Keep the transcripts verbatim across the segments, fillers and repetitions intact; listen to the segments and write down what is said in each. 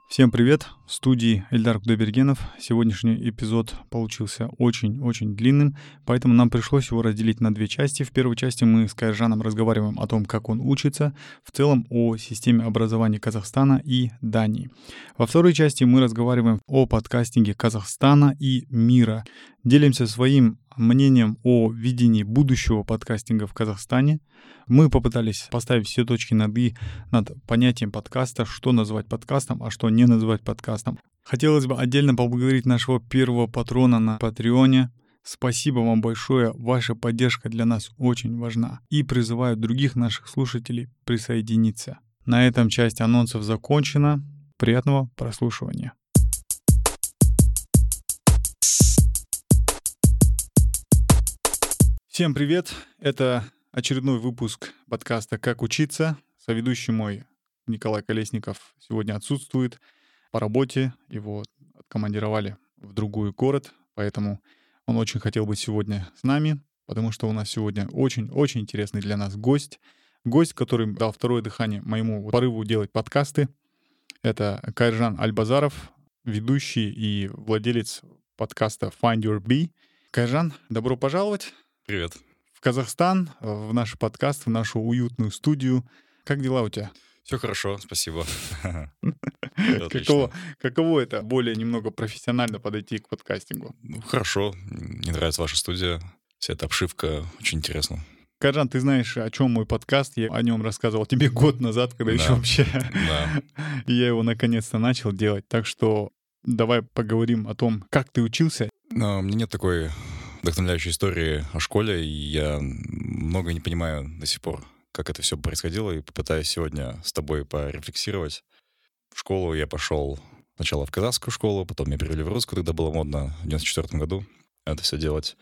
Всем привет! В студии Эльдар Кудайбергенов. Сегодняшний эпизод получился очень-очень длинным, поэтому нам пришлось его разделить на две части. В первой части мы с Кайржаном разговариваем о том, как он учится, в целом о системе образования Казахстана и Дании. Во второй части мы разговариваем о подкастинге Казахстана и мира. Делимся своим мнением о видении будущего подкастинга в Казахстане. Мы попытались поставить все точки над «и» над понятием подкаста, что называть подкастом, а что не называть подкастом. Хотелось бы отдельно поблагодарить нашего первого патрона на Патреоне. Спасибо вам большое, ваша поддержка для нас очень важна. И призываю других наших слушателей присоединиться. На этом часть анонсов закончена. Приятного прослушивания. Всем привет! Это очередной выпуск подкаста «Как учиться». Соведущий мой Николай Колесников сегодня отсутствует по работе. Его откомандировали в другой город, поэтому он очень хотел быть сегодня с нами, потому что у нас сегодня очень-очень интересный для нас гость. Гость, который дал второе дыхание моему порыву делать подкасты. Это Кайржан Альбазаров, ведущий и владелец подкаста Find Your Bee. Кайржан, добро пожаловать. Привет. В Казахстан, в наш подкаст, в нашу уютную студию. Как дела у тебя? Все хорошо, спасибо. Каково, каково это более немного профессионально подойти к подкастингу? Ну, хорошо, мне нравится ваша студия, вся эта обшивка, очень интересно. Кайржан, ты знаешь, о чем мой подкаст? Я о нем рассказывал тебе год назад, когда Да, еще вообще... да. И я его наконец-то начал делать. Так что давай поговорим о том, как ты учился. Но у меня нет такой вдохновляющей истории о школе, и я много не понимаю до сих пор, как это все происходило, и попытаюсь сегодня с тобой порефлексировать. В школу я пошел сначала в казахскую школу, потом меня перевели в русскую, тогда было модно в девяносто четвёртом году это все делать.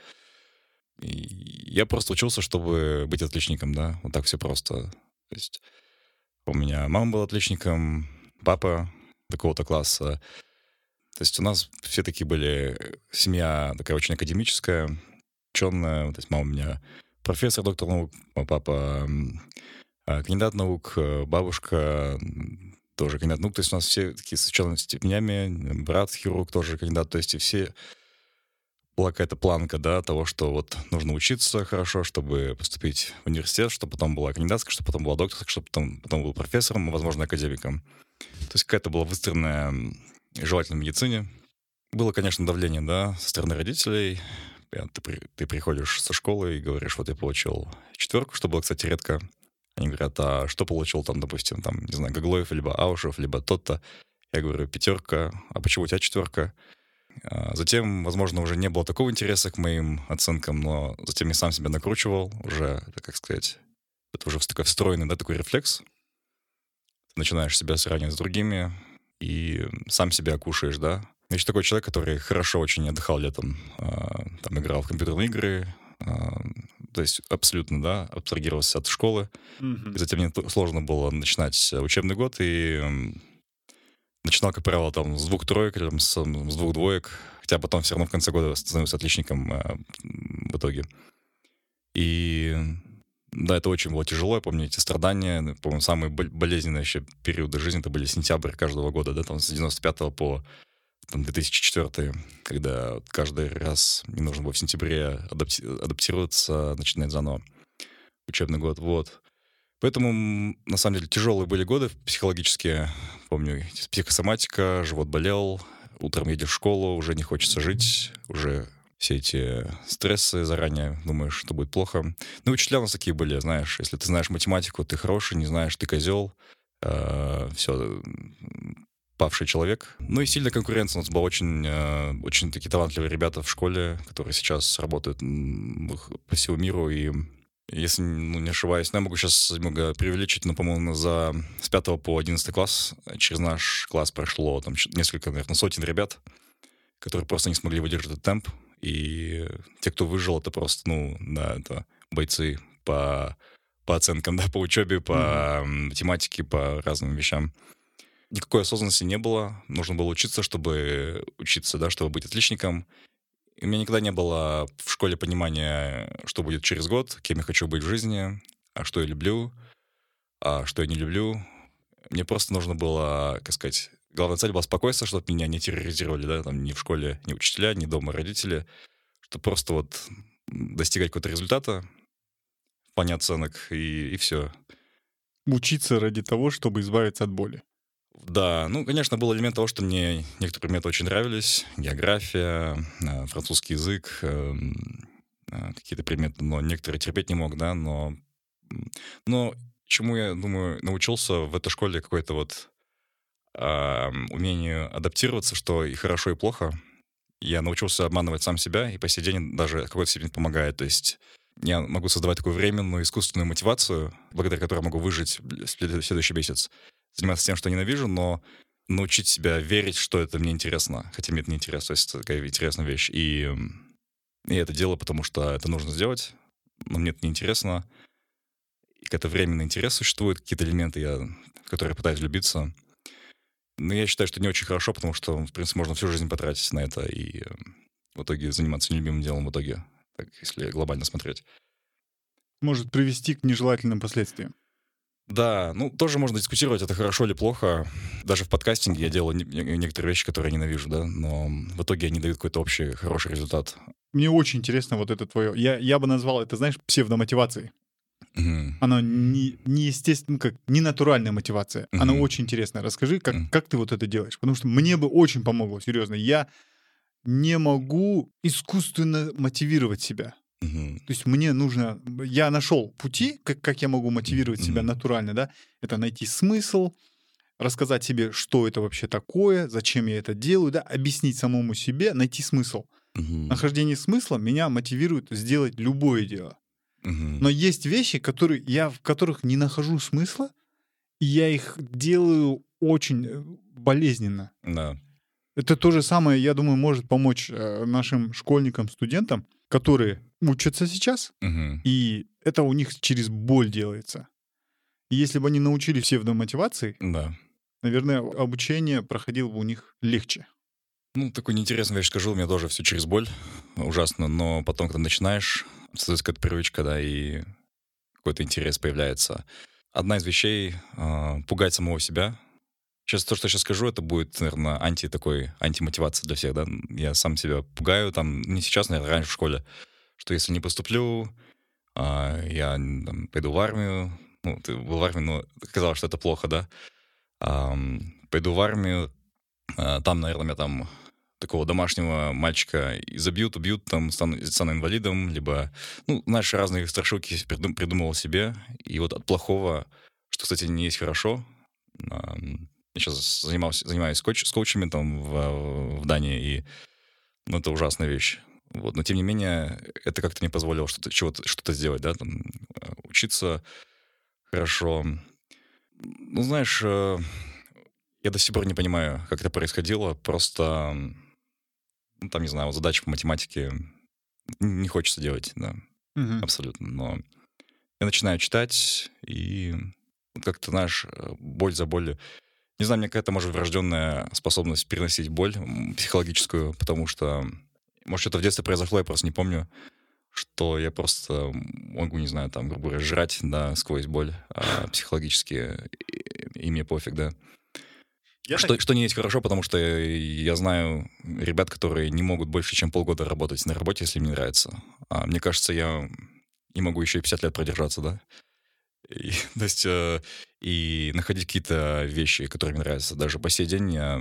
И я просто учился, чтобы быть отличником, да, вот так все просто. То есть у меня мама была отличником, папа такого-то класса. То есть у нас все такие были, семья такая очень академическая, ученая. То есть мама у меня профессор, доктор наук, мой папа кандидат наук, бабушка тоже кандидат наук. То есть у нас все такие с учеными степенями, брат хирург тоже кандидат. То есть и все... Была какая-то планка, да, того, что вот нужно учиться хорошо, чтобы поступить в университет, чтобы потом была кандидатская, чтобы потом была докторская, чтобы потом, потом был профессором, возможно, академиком. То есть какая-то была выстроенная... желательно в медицине. Было, конечно, давление, да, со стороны родителей. Ты, при, ты приходишь со школы и говоришь, вот я получил четверку, что было, кстати, редко. Они говорят, а что получил там, допустим, там, не знаю, Гаглоев, либо Аушев, либо тот-то. Я говорю, пятерка. А почему у тебя четверка? А затем, возможно, уже не было такого интереса к моим оценкам, но затем я сам себя накручивал. Уже, как сказать, это уже такой встроенный, да, такой рефлекс. Ты начинаешь себя сравнивать с другими, и сам себя кушаешь, да. Я еще такой человек, который хорошо очень отдыхал летом, а, там играл в компьютерные игры, а, то есть абсолютно, да, абстрагировался от школы. Mm-hmm. И затем мне сложно было начинать учебный год, и начинал, как правило, там с двух троек или с, с двух двоек, хотя потом все равно в конце года становился отличником а, в итоге. И... Да, это очень было тяжело, я помню эти страдания, по-моему, самые болезненные еще периоды жизни, это были сентябрь каждого года, да, там с девяносто пятого по там, две тысячи четвёртый, когда каждый раз мне нужно было в сентябре адапти- адаптироваться, начинать заново учебный год, вот. Поэтому, на самом деле, тяжелые были годы психологические, помню, психосоматика, живот болел, утром едешь в школу, уже не хочется жить, уже... Все эти стрессы заранее, думаешь, что будет плохо. Ну, учителя у нас такие были, знаешь, если ты знаешь математику, ты хороший, не знаешь, ты козел. Э, все, павший человек. Ну и сильная конкуренция. У нас была очень, э, очень такие талантливые ребята в школе, которые сейчас работают по всему миру. И если ну, не ошибаюсь, ну, я могу сейчас немного преувеличить, но, по-моему, за, с пятого по одиннадцатый класс через наш класс прошло там, несколько, наверное, сотен ребят, которые просто не смогли выдержать этот темп. И те, кто выжил, это просто, ну, да, это бойцы по, по оценкам, да, по учебе, по mm-hmm. математике, по разным вещам. Никакой осознанности не было. Нужно было учиться, чтобы учиться, да, чтобы быть отличником. И у меня никогда не было в школе понимания, что будет через год, кем я хочу быть в жизни, а что я люблю, а что я не люблю. Мне просто нужно было, как сказать, Главная цель была спокойствие, чтобы меня не терроризировали, да, там ни в школе, ни учителя, ни дома родители, чтобы просто вот достигать какого-то результата в плане оценок, и, и все. Учиться ради того, чтобы избавиться от боли. Да, ну, конечно, был элемент того, что мне некоторые предметы очень нравились. География, э, французский язык, эм, э, какие-то предметы, но некоторые терпеть не мог, да, но... м, Но чему я, думаю, научился в этой школе какой-то вот ам, умению адаптироваться, что и хорошо, и плохо. Я научился обманывать сам себя, и по сей день даже в какой-то степени помогает. То есть я могу создавать такую временную искусственную мотивацию, благодаря которой могу выжить в след- следующий месяц. Заниматься тем, что ненавижу, но научить себя верить, что это мне интересно, хотя мне это не интересно. То есть это такая интересная вещь. И, м, и я это делаю, потому что это нужно сделать, но мне это неинтересно. И какой-то временный интерес существует, какие-то элементы, я, в которые я пытаюсь влюбиться. Но я считаю, что не очень хорошо, потому что, в принципе, можно всю жизнь потратить на это и э, в итоге заниматься нелюбимым делом в итоге, так, если глобально смотреть. Может привести к нежелательным последствиям. Да, ну, тоже можно дискутировать, это хорошо или плохо. Даже в подкастинге я делаю не- не- некоторые вещи, которые я ненавижу, да, но в итоге они дают какой-то общий хороший результат. Мне очень интересно вот это твое. Я, я бы назвал это, знаешь, псевдомотивацией. Мгм. Она не, не естественно, ну как, не натуральная мотивация. Она Мгм. очень интересная. Расскажи, как, Мгм. как ты вот это делаешь? Потому что мне бы очень помогло, серьезно. Я не могу искусственно мотивировать себя. Мгм. То есть мне нужно... Я нашел пути, как, как я могу мотивировать себя Мгм. натурально, да? Это найти смысл, рассказать себе, что это вообще такое, зачем я это делаю, да? Объяснить самому себе, найти смысл. Мгм. Нахождение смысла меня мотивирует сделать любое дело. Мгм. Но есть вещи, которые я в которых не нахожу смысла, и я их делаю очень э, болезненно. Да. Это то же самое, я думаю, может помочь э, нашим школьникам, студентам, которые учатся сейчас, Мгм. и это у них через боль делается. И если бы они научились псевдомотивации, Да. наверное, обучение проходило бы у них легче. Ну, такую неинтересную вещь скажу, у меня тоже все через боль, ужасно, но потом, когда начинаешь, становится какая-то привычка, да, и какой-то интерес появляется. Одна из вещей а, пугать самого себя. Сейчас то, что я сейчас скажу, это будет, наверное, анти такой, антимотивация для всех, да. Я сам себя пугаю, там, не сейчас, наверное, раньше в школе, что если не поступлю, а, я м, там, пойду в армию. Ну, ты был в армии, но казалось, что это плохо, да. Ам, пойду в армию, а, там, наверное, меня там такого домашнего мальчика и забьют, убьют, там, стану, стану инвалидом, либо, ну, знаешь, разные страшилки придум- придумывал себе. И вот от плохого, что, кстати, не есть хорошо. ам, Я сейчас занимался, занимаюсь коуч, с коучами там в, в Дании, и ну, это ужасная вещь. Вот. Но, тем не менее, это как-то мне позволило что-то, чего-то, что-то сделать, да, там, э, учиться хорошо. Ну, знаешь, э, я до сих пор не понимаю, как это происходило. Просто, ну, там, не знаю, вот задачи по математике не хочется делать, да, Мгм. абсолютно. Но я начинаю читать, и вот как-то, знаешь, э, боль за болью. Не знаю, мне какая-то, может, врожденная способность переносить боль м, психологическую, потому что, может, что-то в детстве произошло, я просто не помню, что я просто могу, не знаю, там, грубо говоря, жрать, да, сквозь боль а, психологически, и, и мне пофиг, да. Я так... Что, что не есть хорошо, потому что я знаю ребят, которые не могут больше, чем полгода работать на работе, если им не нравится. А мне кажется, я не могу еще и пятьдесят лет продержаться, да. И, то есть, э, и находить какие-то вещи, которые мне нравятся. Даже по сей день я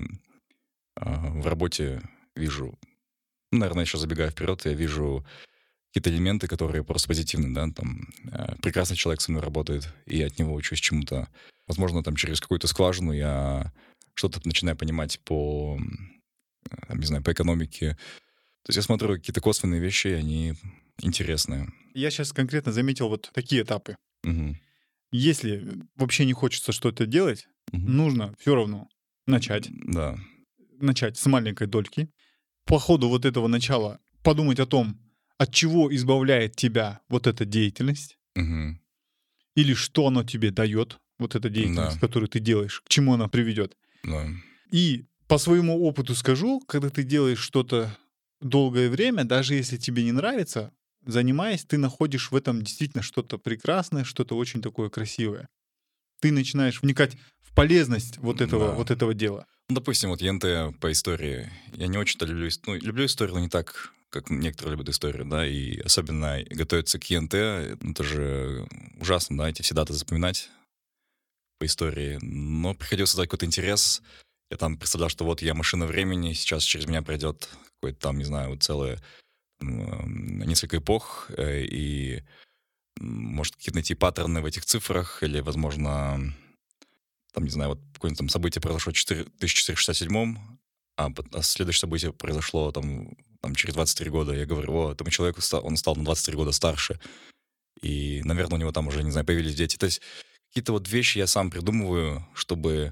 а, в работе вижу, ну, наверное, еще забегая вперед, я вижу какие-то элементы, которые просто позитивны, да, там, э, прекрасный человек со мной работает, и я от него учусь чему-то. Возможно, там через какую-то скважину я что-то начинаю понимать по, м, э, не знаю, по экономике. То есть я смотрю какие-то косвенные вещи, и они интересные. Я сейчас конкретно заметил вот такие этапы. Мгм. Если вообще не хочется что-то делать, Мгм. нужно все равно начать. Да. Начать с маленькой дольки. По ходу вот этого начала подумать о том, от чего избавляет тебя вот эта деятельность, Мгм. или что оно тебе дает, вот эта деятельность, Да. которую ты делаешь, к чему она приведет. Да. И по своему опыту скажу, когда ты делаешь что-то долгое время, даже если тебе не нравится, занимаясь, ты находишь в этом действительно что-то прекрасное, что-то очень такое красивое. Ты начинаешь вникать в полезность вот этого, Да. вот этого дела. Ну, допустим, вот ЕНТ по истории. Я не очень-то люблю, ис- ну, люблю историю, но не так, как некоторые любят историю, да, и особенно готовиться к ЕНТ, это же ужасно, да, эти все даты запоминать по истории. Но приходилось создать какой-то интерес. Я там представлял, что вот я машина времени, сейчас через меня пройдет какой-то там, не знаю, вот целое м, несколько эпох, э, и м, может какие-то найти паттерны в этих цифрах, или, возможно, там, не знаю, вот какое-нибудь там событие произошло в тысяча четыреста шестьдесят седьмом, а, пот- а следующее событие произошло там, там через двадцать три года. Я говорю, о, этому человеку ста- он стал на двадцать три года старше, и, наверное, у него там уже, не знаю, появились дети. То есть какие-то вот вещи я сам придумываю, чтобы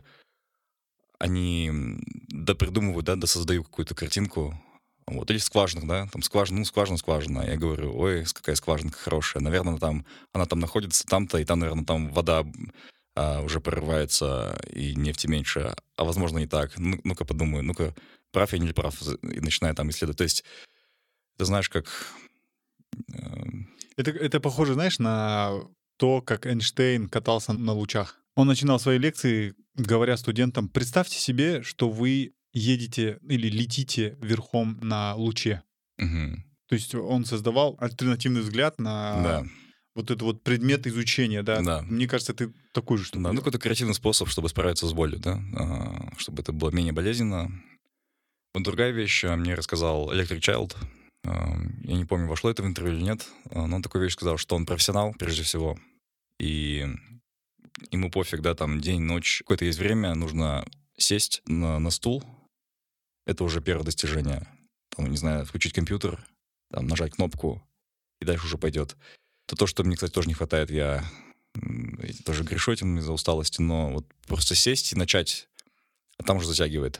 они м, допридумывают, да, досоздаю какую-то картинку. Вот, или скважинах, да, там скважина, ну, скважина, скважина. Я говорю, ой, с- какая скважинка хорошая. Наверное, там, она там находится там-то, и там, наверное, там вода а, уже прорывается, и нефти меньше. А возможно, не так. Ну, ну-ка подумаю, ну-ка, прав я или не прав, и начинаю там исследовать. То есть, ты знаешь, как... эм, Это, это похоже, знаешь, на то, как Эйнштейн катался на лучах. Он начинал свои лекции, говоря студентам, представьте себе, что вы едете или летите верхом на луче. мгм, То есть он создавал альтернативный взгляд да, на вот этот вот предмет изучения, да. да. Мне кажется, ты такую же штуку Да, ну делал. какой-то креативный способ, чтобы справиться с болью, да, а, чтобы это было менее болезненно. Вот другая вещь, а, мне рассказал Electric Child. А, Я не помню, вошло это в интервью или нет, а, но он такую вещь сказал, что он профессионал, прежде всего, и ему пофиг, да, там день, ночь, какое-то есть время, нужно сесть на, на стул, это уже первое достижение. Там, не знаю, включить компьютер, там, нажать кнопку, и дальше уже пойдет. Это то, что мне, кстати, тоже не хватает. Я м, я тоже грешу этим из-за усталости, но вот просто сесть и начать, а там уже затягивает.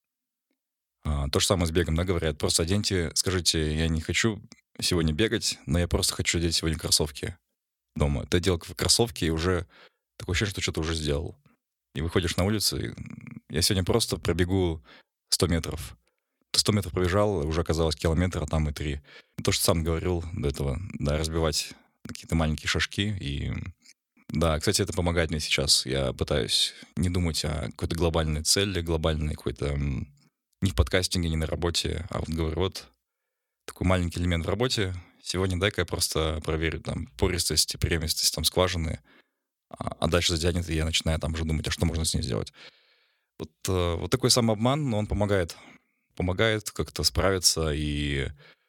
А, то же самое с бегом, да, говорят. Просто оденьте, скажите, я не хочу сегодня бегать, но я просто хочу одеть сегодня кроссовки дома. Ты одел к- кроссовки, и уже такое ощущение, что что-то уже сделал. И выходишь на улицу, и м, я сегодня просто пробегу сто метров. Ты сто метров пробежал, уже оказалось километр, а там и три. То, что сам говорил до этого, да, разбивать на какие-то маленькие шажки. И да, кстати, это помогает мне сейчас. Я пытаюсь не думать о какой-то глобальной цели, глобальной какой-то м, ни в подкастинге, ни на работе, а вот говорю, вот такой маленький элемент в работе. Сегодня дай-ка я просто проверю там пористость и премистость там скважины, а, а дальше затянет, и я начинаю там уже думать, а что можно с ней сделать. Вот, э, вот такой самообман, но он помогает. Помогает как-то справиться и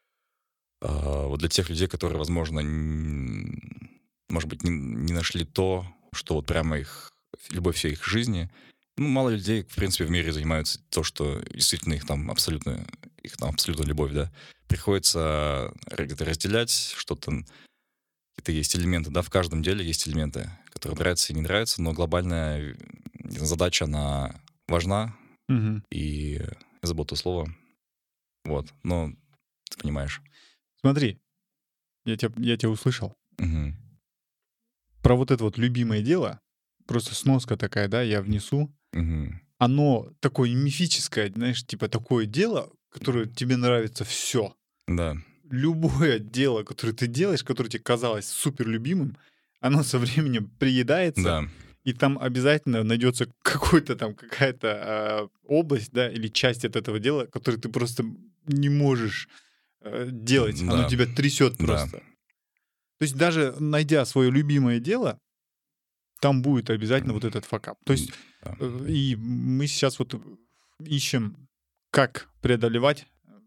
а, вот для тех людей, которые, возможно, н- может быть, не, не нашли то, что вот прямо их, любовь всей их жизни. Ну, мало людей, в принципе, в мире занимаются то, что действительно их там абсолютно, их там абсолютно любовь, да. Приходится где-то разделять что-то, какие-то есть элементы, да, в каждом деле есть элементы, которые нравятся и не нравятся, но глобальная э, задача, она важна, Мгм. и я забыл то слово, вот, но ты понимаешь. Смотри, я тебя, я тебя услышал. Мгм. Про вот это вот любимое дело, просто сноска такая, да, я внесу. Мгм. Оно такое мифическое, знаешь, типа такое дело, которое тебе нравится все. Да, Любое дело, которое ты делаешь, которое тебе казалось супер любимым, оно со временем приедается, да, и там обязательно найдется какой-то там какая-то а, область, да, или часть от этого дела, которую ты просто не можешь э, делать. Оно да, тебя трясет да. просто. То есть даже найдя свое любимое дело, там будет обязательно вот этот факап. То М, есть да. э, и мы сейчас вот ищем, как преодолевать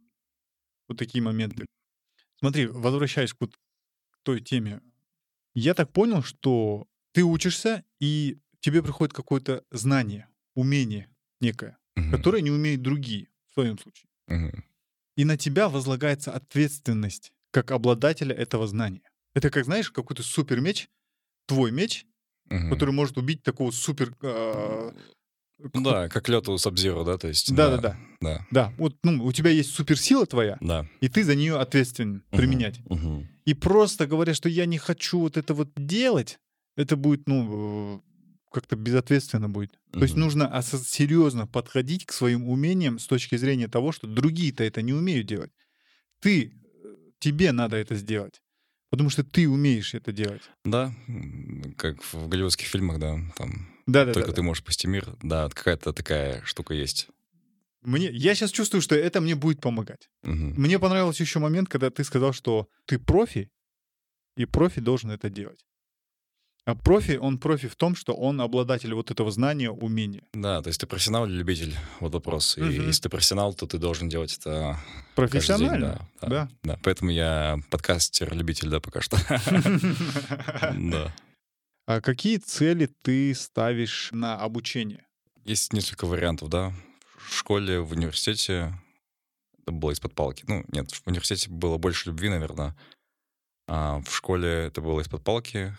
вот такие моменты. Смотри, возвращаясь к вот той теме, я так понял, что ты учишься, и тебе приходит какое-то знание, умение некое, Мгм, которое не умеют другие в твоем случае. мгм. И на тебя возлагается ответственность как обладателя этого знания. Это как, знаешь, какой-то супер меч, твой меч, Мгм. который может убить такого супер а, Ну какого- да, как лед у Сабзиро, да, то есть, да, Да-да-да. да, Да, вот ну, у тебя есть суперсила твоя, да. и ты за нее ответственен Мгм, применять. мгм. И просто говоря, что я не хочу вот это вот делать, это будет, ну, э, как-то безответственно будет. То есть Мгм. нужно серьезно подходить к своим умениям с точки зрения того, что другие-то это не умеют делать. Ты, э, тебе надо это сделать, потому что ты умеешь это делать. Да, м, как в голливудских фильмах, да, там Да, да, только да, ты да. можешь спасти мир. Да, вот какая-то такая штука есть. Мне, я сейчас чувствую, что это мне будет помогать. Мгм. Мне понравился еще момент, когда ты сказал, что ты профи, и профи должен это делать. А профи, он профи в том, что он обладатель вот этого знания, умения. Да, то есть ты профессионал или любитель? Вот вопрос. И Мгм. если ты профессионал, то ты должен делать это каждый день, Профессионально, да, да, да. да. Поэтому я подкастер-любитель, да, пока что. Да. А какие цели ты ставишь на обучение? Есть несколько вариантов, да. В школе, в университете это было из-под палки. Ну, нет, в университете было больше любви, наверное. А в школе это было из-под палки.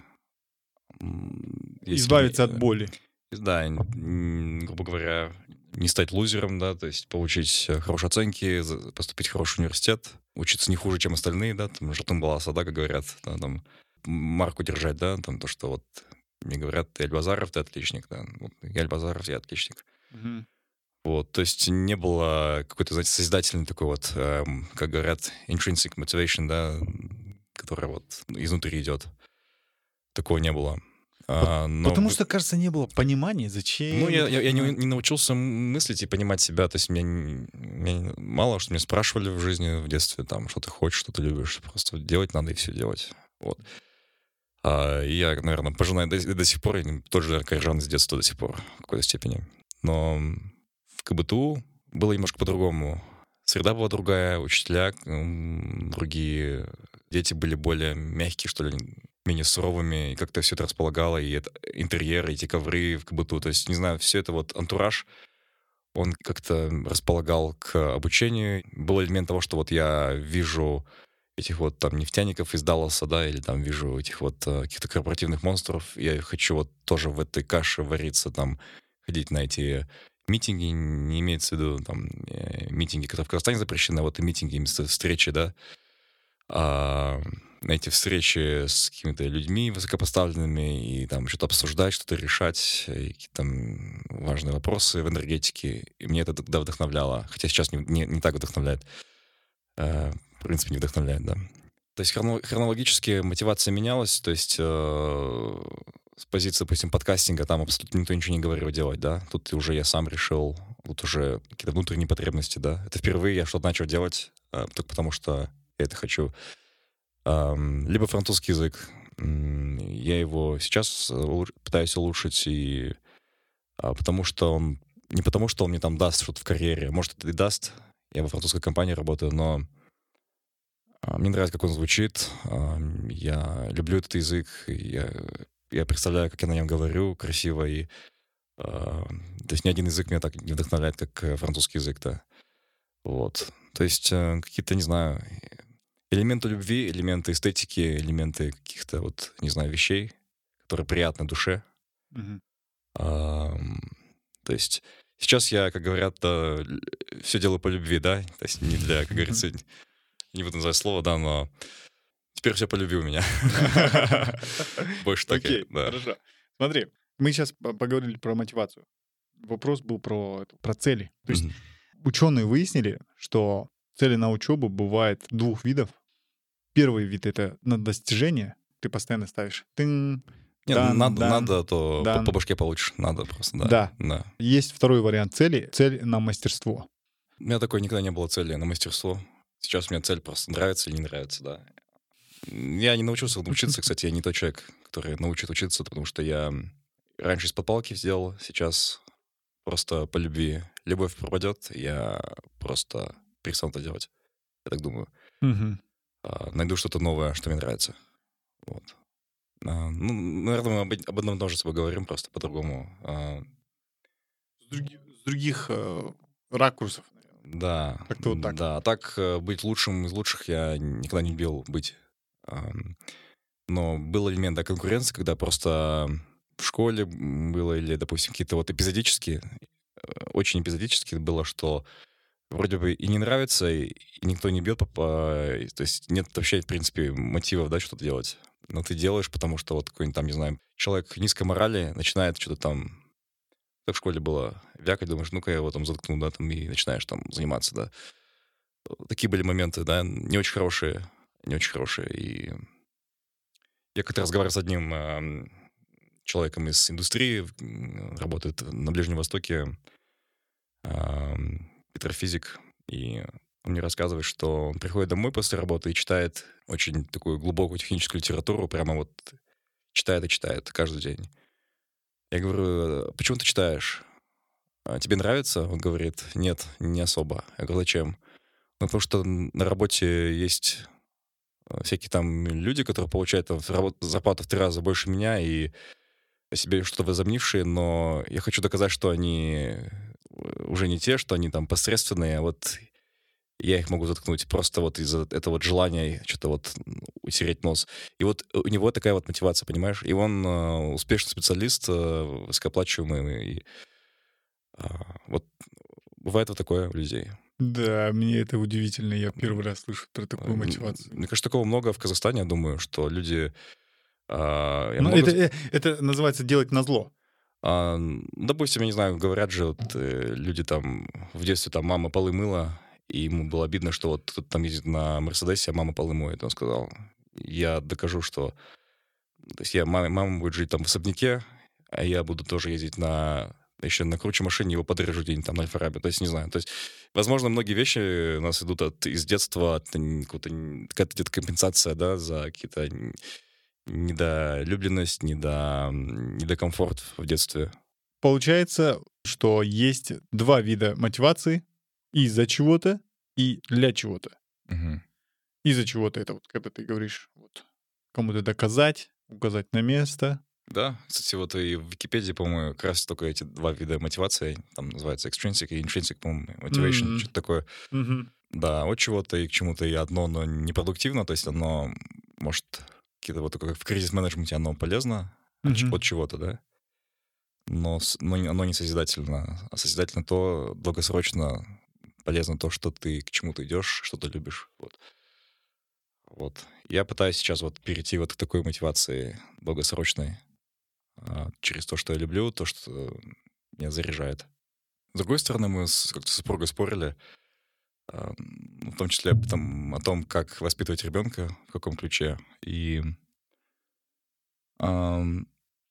М, Если Избавиться не- от боли. Да, м, грубо говоря, не стать лузером, да, то есть получить э, хорошие оценки, за- поступить в хороший университет, учиться не хуже, чем остальные, да, там, жертвам баласа, да, как говорят, да, там, марку держать, да, там, то, что вот мне говорят, ты Альбазаров, ты отличник, да, вот, я Альбазаров, я отличник. Мгм. Вот, то есть не было какой-то, знаете, созидательный такой вот, эм, как говорят, intrinsic motivation, да, которая вот изнутри идет. Такого не было. А, но Потому в- что, кажется, не было понимания, зачем. Ну, я, это я, я не, всё. не научился мыслить и понимать себя. То есть меня, не- меня мало что меня спрашивали в жизни, в детстве, там, что ты хочешь, что ты любишь. Просто делать надо и все делать. Вот. А, и я, наверное, пожинаю до, до сих пор, и тот же кайжан с детства до сих пор в какой-то степени. Но в КБТУ было немножко по-другому. Среда была другая, учителя м, другие, дети были более мягкие, что ли, менее суровыми, и как-то все это располагало, и это, интерьеры, эти ковры в КБТУ. То есть, не знаю, все это вот антураж, он как-то располагал к обучению. Был элемент того, что вот я вижу этих вот там нефтяников из Далласа, да, или там вижу этих вот э, каких-то корпоративных монстров. Я хочу вот тоже в этой каше вариться, там, ходить на эти митинги, не имеется в виду там э, митинги, которые в Казахстане запрещены, а вот и митинги, вместо встречи, да, а, на эти встречи с какими-то людьми высокопоставленными и там что-то обсуждать, что-то решать, и какие-то там важные вопросы в энергетике. И мне это тогда вдохновляло, хотя сейчас не, не, не так вдохновляет. Э, в принципе, не вдохновляет, да. То есть хроно- хронологически мотивация менялась, то есть э, с позиции, допустим, подкастинга там абсолютно никто ничего не говорил делать, да. Тут уже я сам решил, тут уже какие-то внутренние потребности, да. Это впервые я что-то начал делать, э, только потому что я это хочу. Ам, либо французский язык. М, Я его сейчас э, улуч- пытаюсь улучшить, и, а, потому что он... Не потому, что он мне там даст что-то в карьере. Может, это и даст. Я во французской компании работаю, но а, мне нравится, как он звучит. Ам, Я люблю этот язык. и Я, я представляю, как я на нем говорю красиво. И, а, то есть ни один язык меня так не вдохновляет, как э, французский язык, да. Вот. То есть э, какие-то, не знаю, элементы любви, элементы эстетики, элементы каких-то вот, не знаю, вещей, которые приятны душе. Мгм. Ам, То есть сейчас я, как говорят, все делаю по любви, да? То есть не для, как говорится, не буду называть слово, да, но теперь все по любви у меня. Больше так, и- Окей, да. хорошо. Смотри, мы сейчас поговорили про мотивацию. Вопрос был про, это, про цели. То есть Мгм. ученые выяснили, что цели на учебу бывает двух видов. Первый вид — это на достижение. Ты постоянно ставишь тын, Не, дан, надо, дан, надо, то по, дан. по башке получишь. Надо просто, да. Да. да. Есть второй вариант цели — цель на мастерство. У меня такой никогда не было цели на мастерство. Сейчас у меня цель просто нравится или не нравится, да. Я не научился учиться, кстати, я не тот человек, который научит учиться, потому что я раньше из-под палки сделал, сейчас просто по любви. Любовь пропадет, я просто перестану это делать. Я так думаю. Мгм. А, Найду что-то новое, что мне нравится. Вот. А, Ну, наверное, мы об, об одном и том же с тобой говорим, просто по-другому. А, С други- с других э, ракурсов, наверное. Да, Как-то вот так. да. А так э, быть лучшим из лучших я никогда не любил быть. Ам, Но был элемент, да, конкуренции, когда просто в школе м, было, или, допустим, какие-то вот эпизодические, э, очень эпизодически было, что вроде бы и не нравится, и, и никто не бьет, по, по- то есть нет вообще, в принципе, мотивов, да, что-то делать. Но ты делаешь, потому что вот какой-нибудь там, не знаю, человек низкой морали начинает что-то там, как в школе было, вякать, думаешь, ну-ка я его там заткну, да, там, и начинаешь там заниматься, да. Такие были моменты, да, не очень хорошие, не очень хорошие, и я как-то разговаривал с одним эм, человеком из индустрии, работает на Ближнем Востоке, петрофизик, и он мне рассказывает, что он приходит домой после работы и читает очень такую глубокую техническую литературу, прямо вот читает и читает каждый день. Я говорю, почему ты читаешь? Тебе нравится? Он говорит, нет, не особо. Я говорю, зачем? Ну, потому что на работе есть всякие там люди, которые получают там зарплату в три раза больше меня и о себе что-то возомнившие, но я хочу доказать, что они уже не те, что они там посредственные, а вот я их могу заткнуть просто вот из-за этого вот желания что-то вот утереть нос. И вот у него такая вот мотивация, понимаешь? И он э, успешный специалист, э, высокооплачиваемый. И, э, вот бывает вот такое у людей. Да, мне это удивительно. Я первый раз слышу про такую мотивацию. Мне кажется, такого много в Казахстане, я думаю, что люди... А, ну, много... это, это называется делать назло. А, допустим, я не знаю, говорят же, вот, э, люди там в детстве там мама полы мыла, и ему было обидно, что вот кто-то там ездит на Мерседесе, а мама полы моет. Он сказал, я докажу, что... То есть я, мама, мама будет жить там в особняке, а я буду тоже ездить на... еще на круче машине, его подрежу где-нибудь там на Альфа-Рабе. То есть, не знаю. То есть, возможно, многие вещи у нас идут от, из детства, от какого-то, какая-то где-то компенсация, да, за какие-то недолюбленность, недо, недокомфорт в детстве. Получается, что есть два вида мотивации. Из-за чего-то и для чего-то. Угу. Из-за чего-то это вот, когда ты говоришь, вот, кому-то доказать, указать на место. Да, кстати, вот и в Википедии, по-моему, как раз только эти два вида мотивации, там называется extrinsic и intrinsic, по-моему, motivation, mm-hmm. что-то такое. Mm-hmm. Да, от чего-то и к чему-то и одно, но непродуктивно, то есть оно, может, какие-то вот как в кризис-менеджменте оно полезно mm-hmm. от чего-то, да, но, но оно не созидательно, а созидательно то долгосрочно полезно то, что ты к чему-то идешь, что ты любишь, вот. Вот. Я пытаюсь сейчас вот перейти вот к такой мотивации долгосрочной, через то, что я люблю, то, что меня заряжает. С другой стороны, мы с, как-то с супругой спорили, в том числе там, о том, как воспитывать ребенка, в каком ключе. И эм,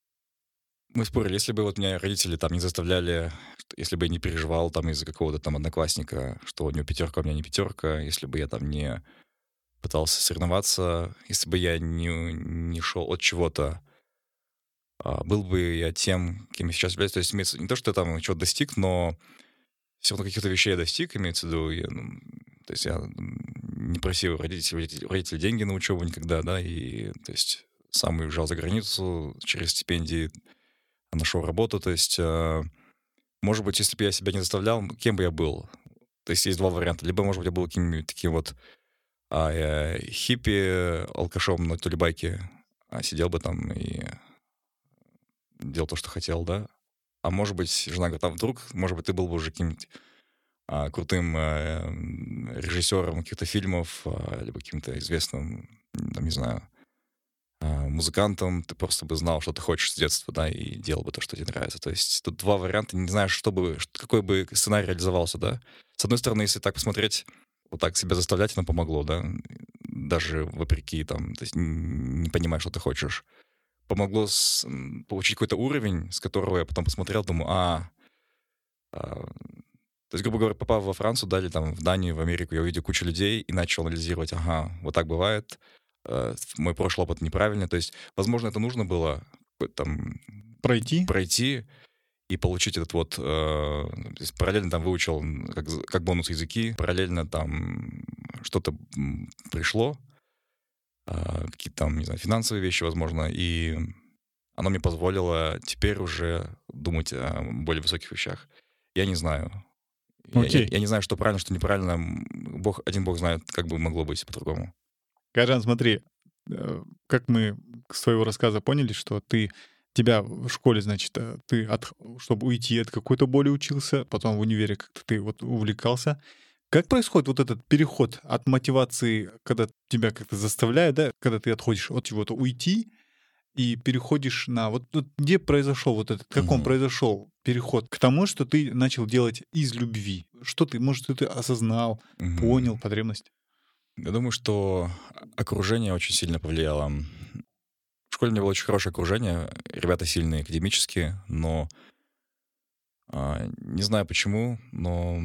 мы спорили, если бы вот меня родители там не заставляли, если бы я не переживал там из-за какого-то там одноклассника, что у него пятерка, у меня не пятерка, если бы я там не пытался соревноваться, если бы я не, не шел от чего-то, был бы я тем, кем я сейчас являюсь. То есть имеется не то, что я там чего-то достиг, но все равно каких-то вещей я достиг, имеется в виду. Я, ну, то есть я не просил родителей, родителей деньги на учебу никогда, да, и то есть сам уезжал за границу через стипендии, нашел работу. То есть, может быть, если бы я себя не заставлял, кем бы я был? То есть есть два варианта. Либо, может быть, я был каким-нибудь таким вот а, я хиппи, алкашом на тулебайке, а сидел бы там и делал то, что хотел, да. А может быть, жена говорит, а вдруг, может быть, ты был бы уже каким-нибудь а, крутым а, режиссером каких-то фильмов, а, либо каким-то известным, там, не знаю, а, музыкантом, ты просто бы знал, что ты хочешь с детства, да, и делал бы то, что тебе нравится. То есть тут два варианта, не знаешь, что бы, какой бы сценарий реализовался, да. С одной стороны, если так посмотреть, вот так себя заставлять, оно помогло, да, даже вопреки, там, то есть не понимая, что ты хочешь. Помогло с, получить какой-то уровень, с которого я потом посмотрел, думаю, а, а... То есть, грубо говоря, попав во Францию, дали там в Данию, в Америку, я увидел кучу людей и начал анализировать, ага, вот так бывает, э, мой прошлый опыт неправильный. То есть, возможно, это нужно было там пройти, пройти и получить этот вот... Э, то есть параллельно там выучил как, как бонус языки, параллельно там что-то пришло, э, какие-то там, не знаю, финансовые вещи, возможно, и оно мне позволило теперь уже думать о более высоких вещах. Я не знаю. Okay. Я, я, я не знаю, что правильно, что неправильно. Бог, один Бог знает, как бы могло быть по-другому. Кажан, смотри, как мы с твоего рассказа поняли, что ты тебя в школе, значит, ты, от, чтобы уйти от какой-то боли учился, потом в универе как-то ты вот увлекался. Как происходит вот этот переход от мотивации, когда тебя как-то заставляют, да, когда ты отходишь от чего-то уйти, и переходишь на... Вот, вот где произошел вот этот... Как mm-hmm. он произошел переход к тому, что ты начал делать из любви? Что ты, может, ты осознал, mm-hmm. понял потребность? Я думаю, что окружение очень сильно повлияло. В школе у меня было очень хорошее окружение, ребята сильные, академические, но а, не знаю почему, но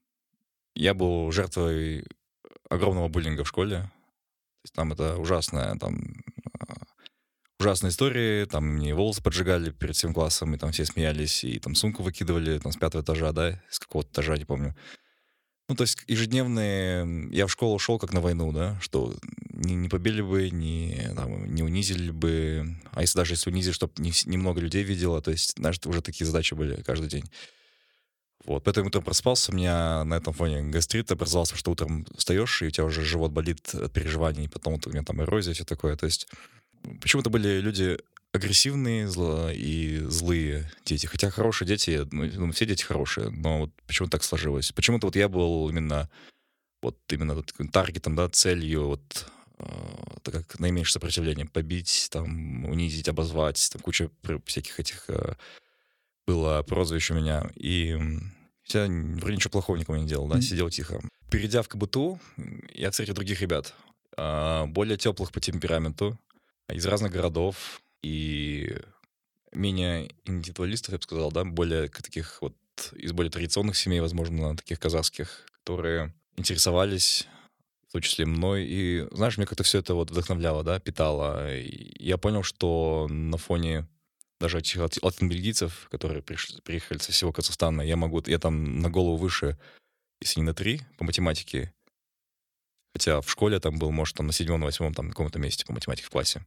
я был жертвой огромного буллинга в школе. То есть там это ужасная, там а, ужасные истории, там мне волосы поджигали перед всем классом, и там все смеялись, и там сумку выкидывали там с пятого этажа, да, с какого-то этажа, не помню. Ну, то есть ежедневные... Я в школу шел как на войну, да, что не, не побили бы, не, там, не унизили бы, а если даже если унизили, чтобы не, немного людей видело, то есть, знаешь, уже такие задачи были каждый день. Вот, поэтому утром проспался, у меня на этом фоне гастрит образовался, что утром встаешь, и у тебя уже живот болит от переживаний, потом вот у меня там эрозия, все такое, то есть почему-то были люди агрессивные зло, и злые дети, хотя хорошие дети, ну, все дети хорошие, но вот почему так сложилось? Почему-то вот я был именно вот именно вот таким таргетом, да, целью, вот э, так как наименьшее сопротивление, побить, там, унизить, обозвать, там куча всяких этих э, было прозвищ у меня, и я вроде ничего плохого никому не делал, да, mm. сидел тихо. Перейдя в КБТУ, я встретил других ребят, э, более теплых по темпераменту, из разных городов, и менее индивидуалистов, я бы сказал, да, более таких вот, из более традиционных семей, возможно, таких казахских, которые интересовались, в том числе мной, и, знаешь, мне как-то все это вот вдохновляло, да, питало, и я понял, что на фоне даже этих латино-бельгийцев, которые пришли, приехали со всего Казахстана, я могу, я там на голову выше, если не на три, по математике, хотя в школе там был, может, там на седьмом, на восьмом, там, на каком-то месте по математике в классе.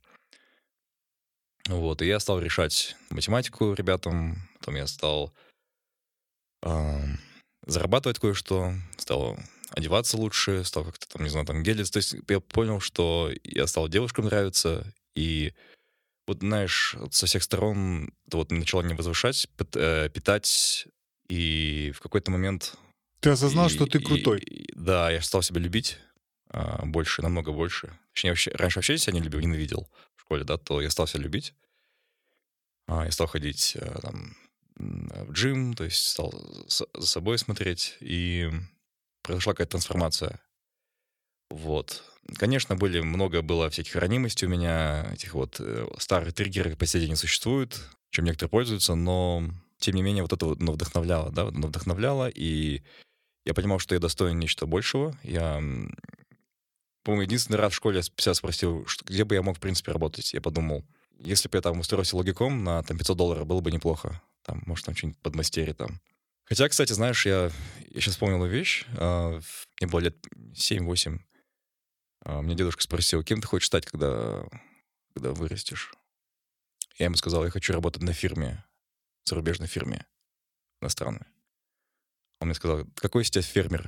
Вот, и я стал решать математику ребятам, потом я стал э, зарабатывать кое-что, стал одеваться лучше, стал как-то там, не знаю, там гелиться. То есть я понял, что я стал девушкам нравиться, и вот, знаешь, вот со всех сторон это вот начало меня возвышать, питать, и в какой-то момент... Ты осознал, и, что ты крутой. И, и, да, я стал себя любить а, больше, намного больше. Точнее, вообще, раньше вообще себя не любил, ненавидел в школе, да, то я стал себя любить. А, я стал ходить а, там, в джим, то есть стал за собой смотреть, и произошла какая-то трансформация. Вот. Конечно, были, много было всяких ранимостей у меня, этих вот э, старых триггеров по сей день не существует, чем некоторые пользуются, но, тем не менее, вот это вот, ну, вдохновляло, да, оно вдохновляло, и я понимал, что я достоин нечто большего. Я, по-моему, единственный раз в школе я себя спросил, что, где бы я мог, в принципе, работать. Я подумал, если бы я там устроился логиком на там, пятьсот долларов, было бы неплохо. Там, может, там что-нибудь подмастерье там. Хотя, кстати, знаешь, я, я сейчас вспомнил вещь, а, мне было лет семь-восемь. А, меня дедушка спросил, кем ты хочешь стать, когда, когда вырастешь? Я ему сказал, я хочу работать на фирме, зарубежной фирме, иностранной. Он мне сказал, какой из тебя фермер?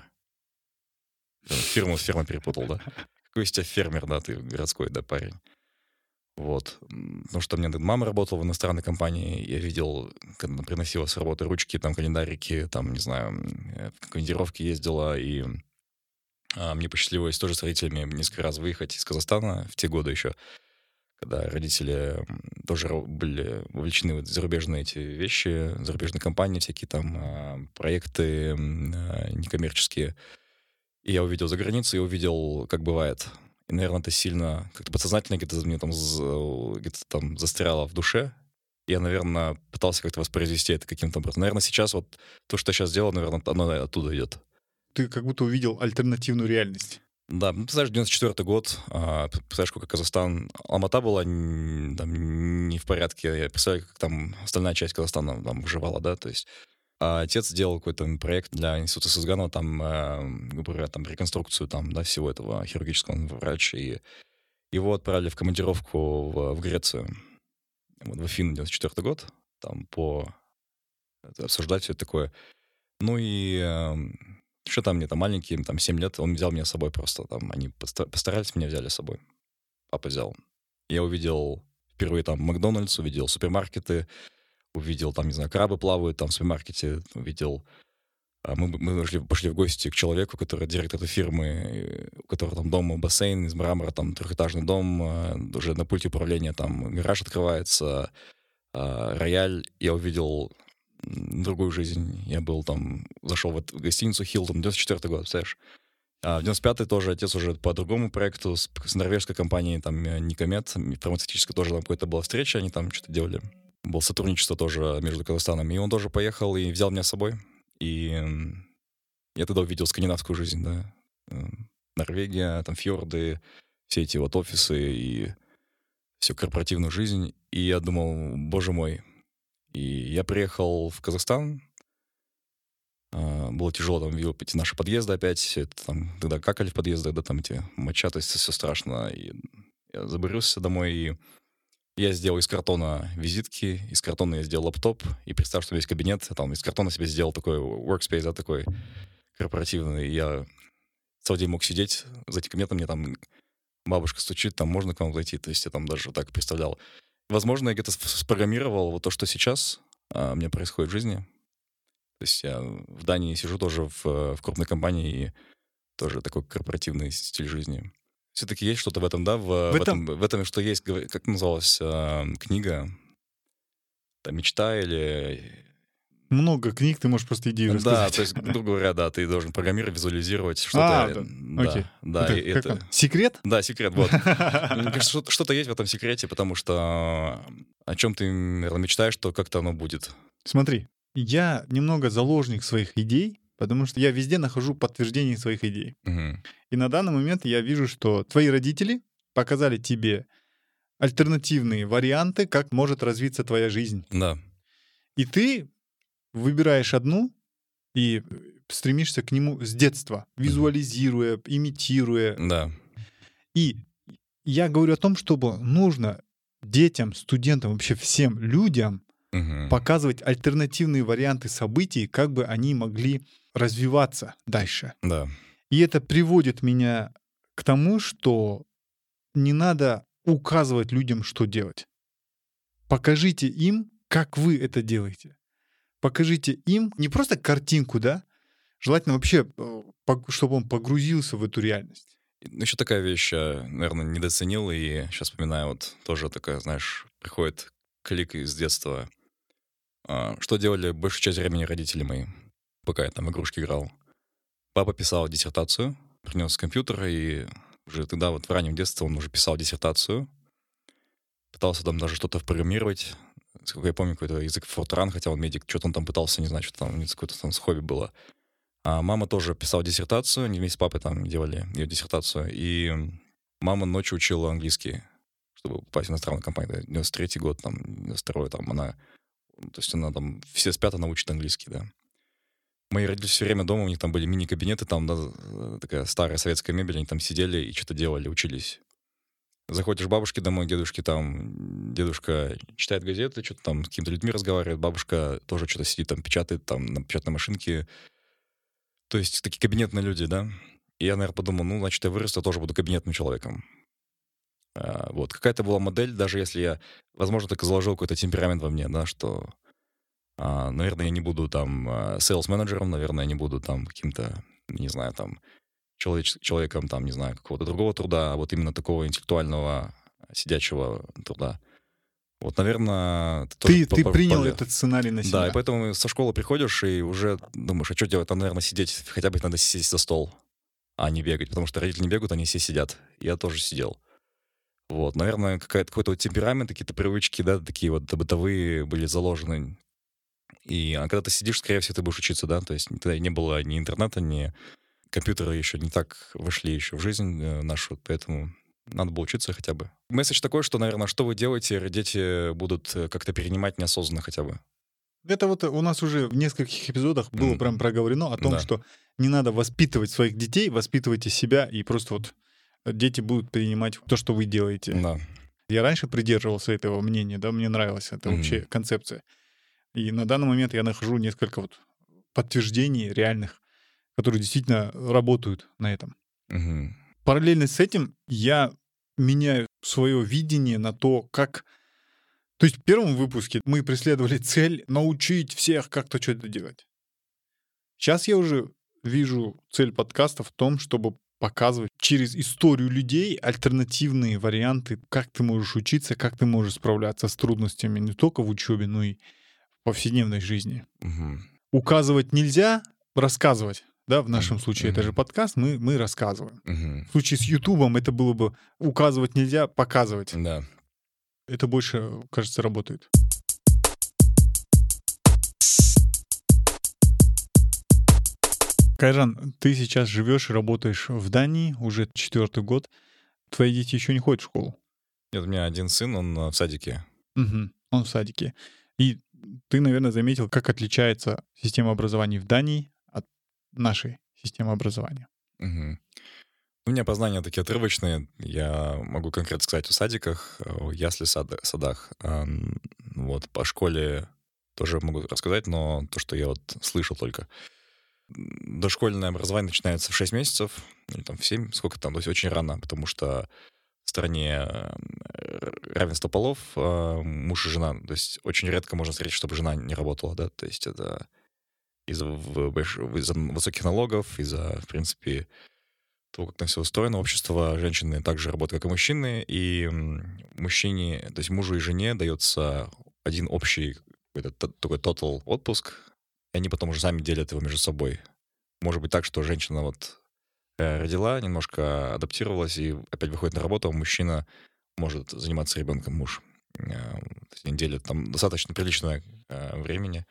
Фирму с фермой перепутал, да? Какой из тебя фермер, да, ты городской, да, парень? Вот. Потому что у меня мама работала в иностранной компании, я видел, когда приносила с работы ручки, там, календарики, там, не знаю, в командировки ездила, и а, мне посчастливилось тоже с родителями несколько раз выехать из Казахстана в те годы еще, когда родители тоже были вовлечены в зарубежные эти вещи, зарубежные компании, всякие там проекты некоммерческие. И я увидел за границей, я увидел, как бывает. И, наверное, это сильно, как-то подсознательно где-то мне там, где-то там застряло в душе. Я, наверное, пытался как-то воспроизвести это каким-то образом. Наверное, сейчас вот то, что я сейчас делаю, наверное, оно оттуда идет. Ты как будто увидел альтернативную реальность. Да, ну, ты знаешь, девяносто четвёртый год, а, представляешь, сколько Казахстан... Алмата была там, не в порядке, я представляю, как там остальная часть Казахстана там выживала, да, то есть... А отец сделал какой-то проект для института Сызганова, там, э, грубо говоря, там, реконструкцию там, да, всего этого хирургического, он врач, и его отправили в командировку в, в Грецию, вот, в Афины, девяносто четвёртый год, там, по... обсуждать все такое. Ну и... Э, Что там мне там маленький, там семь лет, он взял меня с собой просто. Там они постарались, меня взяли с собой. Папа взял. Я увидел впервые там Макдональдс, увидел супермаркеты, увидел там, не знаю, крабы плавают там в супермаркете, увидел... Мы, мы пошли, пошли в гости к человеку, который директор этой фирмы, у которого там дома бассейн из мрамора, там трехэтажный дом, уже на пульте управления там гараж открывается, рояль. Я увидел... другую жизнь. Я был там, зашел в, в гостиницу Хилтон, девяносто четвёртый год, представляешь? А в девяносто пятый тоже отец уже по другому проекту с, с норвежской компанией, там, Никомед, фармацевтической тоже там какая-то была встреча, они там что-то делали. Было сотрудничество тоже между Казахстаном. И он тоже поехал и взял меня с собой. И я тогда увидел скандинавскую жизнь, да. Норвегия, там фьорды, все эти вот офисы и всю корпоративную жизнь. И я думал, боже мой. И я приехал в Казахстан. Было тяжело, там видел эти наши подъезды опять. Все это там, тогда какали в подъездах, да, там эти мочатости, все страшно. И я забурился домой, и я сделал из картона визитки, из картона я сделал лаптоп, и представь, что весь кабинет, там, из картона себе сделал такой workspace, да, такой корпоративный. И я целый день мог сидеть за этим кабинетом, мне там бабушка стучит, там, можно к вам зайти? То есть я там даже так представлял. Возможно, я где-то спрограммировал вот то, что сейчас а, у меня происходит в жизни. То есть я в Дании сижу тоже в, в крупной компании, и тоже такой корпоративный стиль жизни. Все-таки есть что-то в этом, да? В, в, в, этом... этом, в этом, что есть, как называлась э, книга? Там, «Мечта» или... Много книг, ты можешь просто идею рассказать. Да, то есть, грубо говоря, да, ты должен программировать, визуализировать что-то. А, да, да, окей. Да, это, и как это... он? Секрет? Да, секрет, вот. Мне кажется, что-то есть в этом секрете, потому что о чем ты, наверное, мечтаешь, то как-то оно будет. Смотри, я немного заложник своих идей, потому что я везде нахожу подтверждение своих идей. Угу. И на данный момент я вижу, что твои родители показали тебе альтернативные варианты, как может развиться твоя жизнь. Да. И ты выбираешь одну и стремишься к нему с детства, визуализируя, имитируя. Да. И я говорю о том, чтобы нужно детям, студентам, вообще всем людям угу. показывать альтернативные варианты событий, как бы они могли развиваться дальше. Да. И это приводит меня к тому, что не надо указывать людям, что делать. Покажите им, как вы это делаете. Покажите им не просто картинку, да, желательно вообще, чтобы он погрузился в эту реальность. Еще такая вещь, наверное, недооценил, и сейчас вспоминаю, вот тоже такая, знаешь, приходит клик из детства. Что делали большую часть времени родители мои, пока я там в игрушки играл? Папа писал диссертацию, принес компьютер, и уже тогда вот в раннем детстве он уже писал диссертацию, пытался там даже что-то программировать. Сколько я помню, какой-то язык Fortran, хотя он медик, что-то он там пытался, не знаю, что там, какое-то там хобби было. А мама тоже писала диссертацию, они вместе с папой там делали ее диссертацию, и мама ночью учила английский, чтобы попасть в иностранную компанию. девяносто третий год, там, девяносто второй, там, она, то есть она там, все спят, она учит английский, да. Мои родители все время дома, у них там были мини-кабинеты, там, да, такая старая советская мебель, они там сидели и что-то делали, учились. Заходишь к бабушке домой, дедушке там, дедушка читает газеты, что-то там с какими-то людьми разговаривает, бабушка тоже что-то сидит там, печатает там на печатной машинке. То есть такие кабинетные люди, да. И я, наверное, подумал, ну, значит, я вырасту, я тоже буду кабинетным человеком. А, вот, какая-то была модель, даже если я, возможно, так и заложил какой-то темперамент во мне, да, что, а, наверное, я не буду там сейлс-менеджером, наверное, я не буду там каким-то, не знаю, там, человеч- человеком, там, не знаю, какого-то другого труда, а вот именно такого интеллектуального, сидячего труда. Вот, наверное... Ты, ты принял поле. Этот сценарий на себя. Да, и поэтому со школы приходишь и уже думаешь, а что делать? Там, наверное, сидеть, хотя бы надо сесть за стол, а не бегать, потому что родители не бегают, они все сидят. Я тоже сидел. Вот, наверное, какая-то, какой-то вот темперамент, какие-то привычки, да, такие вот бытовые были заложены. И а когда ты сидишь, скорее всего, ты будешь учиться, да, то есть тогда не было ни интернета, ни компьютеры еще не так вошли еще в жизнь нашу, поэтому... Надо было учиться хотя бы. Месседж такой, что, наверное, что вы делаете, дети будут как-то перенимать неосознанно хотя бы. Это вот у нас уже в нескольких эпизодах было mm. прям проговорено о том, да. что не надо воспитывать своих детей, воспитывайте себя, и просто вот дети будут перенимать то, что вы делаете. Да. Я раньше придерживался этого мнения, да, мне нравилась эта mm. вообще концепция. И на данный момент я нахожу несколько вот подтверждений реальных, которые действительно работают на этом. Mm-hmm. Параллельно с этим я меняю свое видение на то, как... То есть в первом выпуске мы преследовали цель научить всех как-то что-то делать. Сейчас я уже вижу цель подкаста в том, чтобы показывать через историю людей альтернативные варианты, как ты можешь учиться, как ты можешь справляться с трудностями не только в учебе, но и в повседневной жизни. Угу. Указывать нельзя, рассказывать. да, в нашем Мгм. случае это же Мгм. подкаст, мы, мы рассказываем. Мгм. В случае с Ютубом это было бы указывать нельзя, показывать. Да. Это больше, кажется, работает. Кайран, ты сейчас живешь и работаешь в Дании уже четвертый год. Твои дети еще не ходят в школу. Нет, у меня один сын, он э, в садике. Мгм. Он в садике. И ты, наверное, заметил, как отличается система образования в Дании от нашей системы образования. Мгм. У меня познания такие отрывочные. Я могу конкретно сказать о садиках, о ясли сад- садах. Ам, Вот, по школе тоже могу рассказать, но то, что я вот слышал только. М, Дошкольное образование начинается в шесть месяцев, или там в семь, сколько там, то есть очень рано, потому что в стране э, равенство полов, э, муж и жена. То есть очень редко можно встретить, чтобы жена не работала, да, то есть это из-за в- больш- из-за высоких налогов, из-за, в принципе, того, как там все устроено, общество, женщины также работают, как и мужчины, и м, мужчине, то есть мужу и жене дается один общий какой-то т- такой total отпуск, и они потом уже сами делят его между собой. Может быть так, что женщина вот э, родила, немножко адаптировалась и опять выходит на работу, а мужчина может заниматься ребенком, муж. Э, То есть они делят там достаточно приличное э, времени,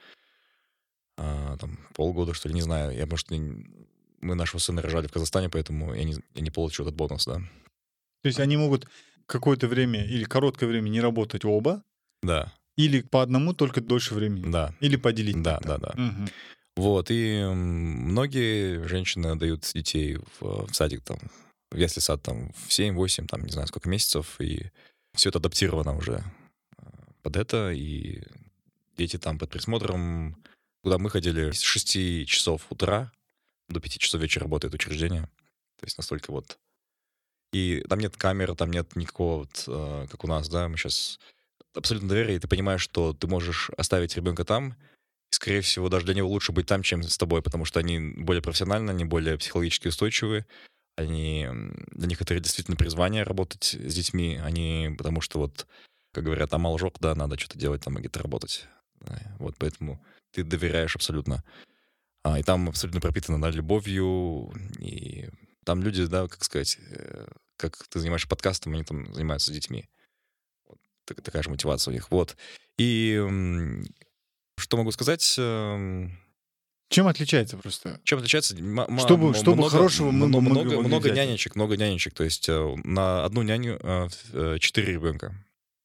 а, там полгода, что ли, не знаю. Я, может, не- мы нашего сына рожали в Казахстане, поэтому я не, я не получу этот бонус, да. То есть они могут какое-то время или короткое время не работать оба, Да, или по одному только дольше времени. да, Или поделить да, как-то. да, да. Мгм. Вот, и м, многие женщины дают детей в, в садик, там, в ясли сад, там, в семь-восемь, там, не знаю, сколько месяцев, и все это адаптировано уже а, под это, и дети там под присмотром, куда мы ходили с шести часов утра до пяти часов вечера работает учреждение, то есть настолько вот. И там нет камер, там нет никакого, вот, э, как у нас, да, мы сейчас абсолютно доверие, и ты понимаешь, что ты можешь оставить ребенка там, и, скорее всего, даже для него лучше быть там, чем с тобой, потому что они более профессиональны, они более психологически устойчивы, они, м, для них это действительно призвание работать с детьми, они, потому что вот, как говорят, амал жок, да, надо что-то делать, там где-то работать. Да, вот поэтому ты доверяешь абсолютно. А, и там абсолютно пропитано, да, любовью, и там люди, да, как сказать, э, как ты занимаешься подкастом, они там занимаются с детьми. Вот так- такая же мотивация у них. Вот. И м, что могу сказать? эм, Чем отличается просто? Чем отличается? М- м- Чтобы, м- чтобы много, хорошего мы мно- бы могли, много, могли много взять. нянечек, много нянечек. То есть э, на одну няню э, э, четыре ребенка.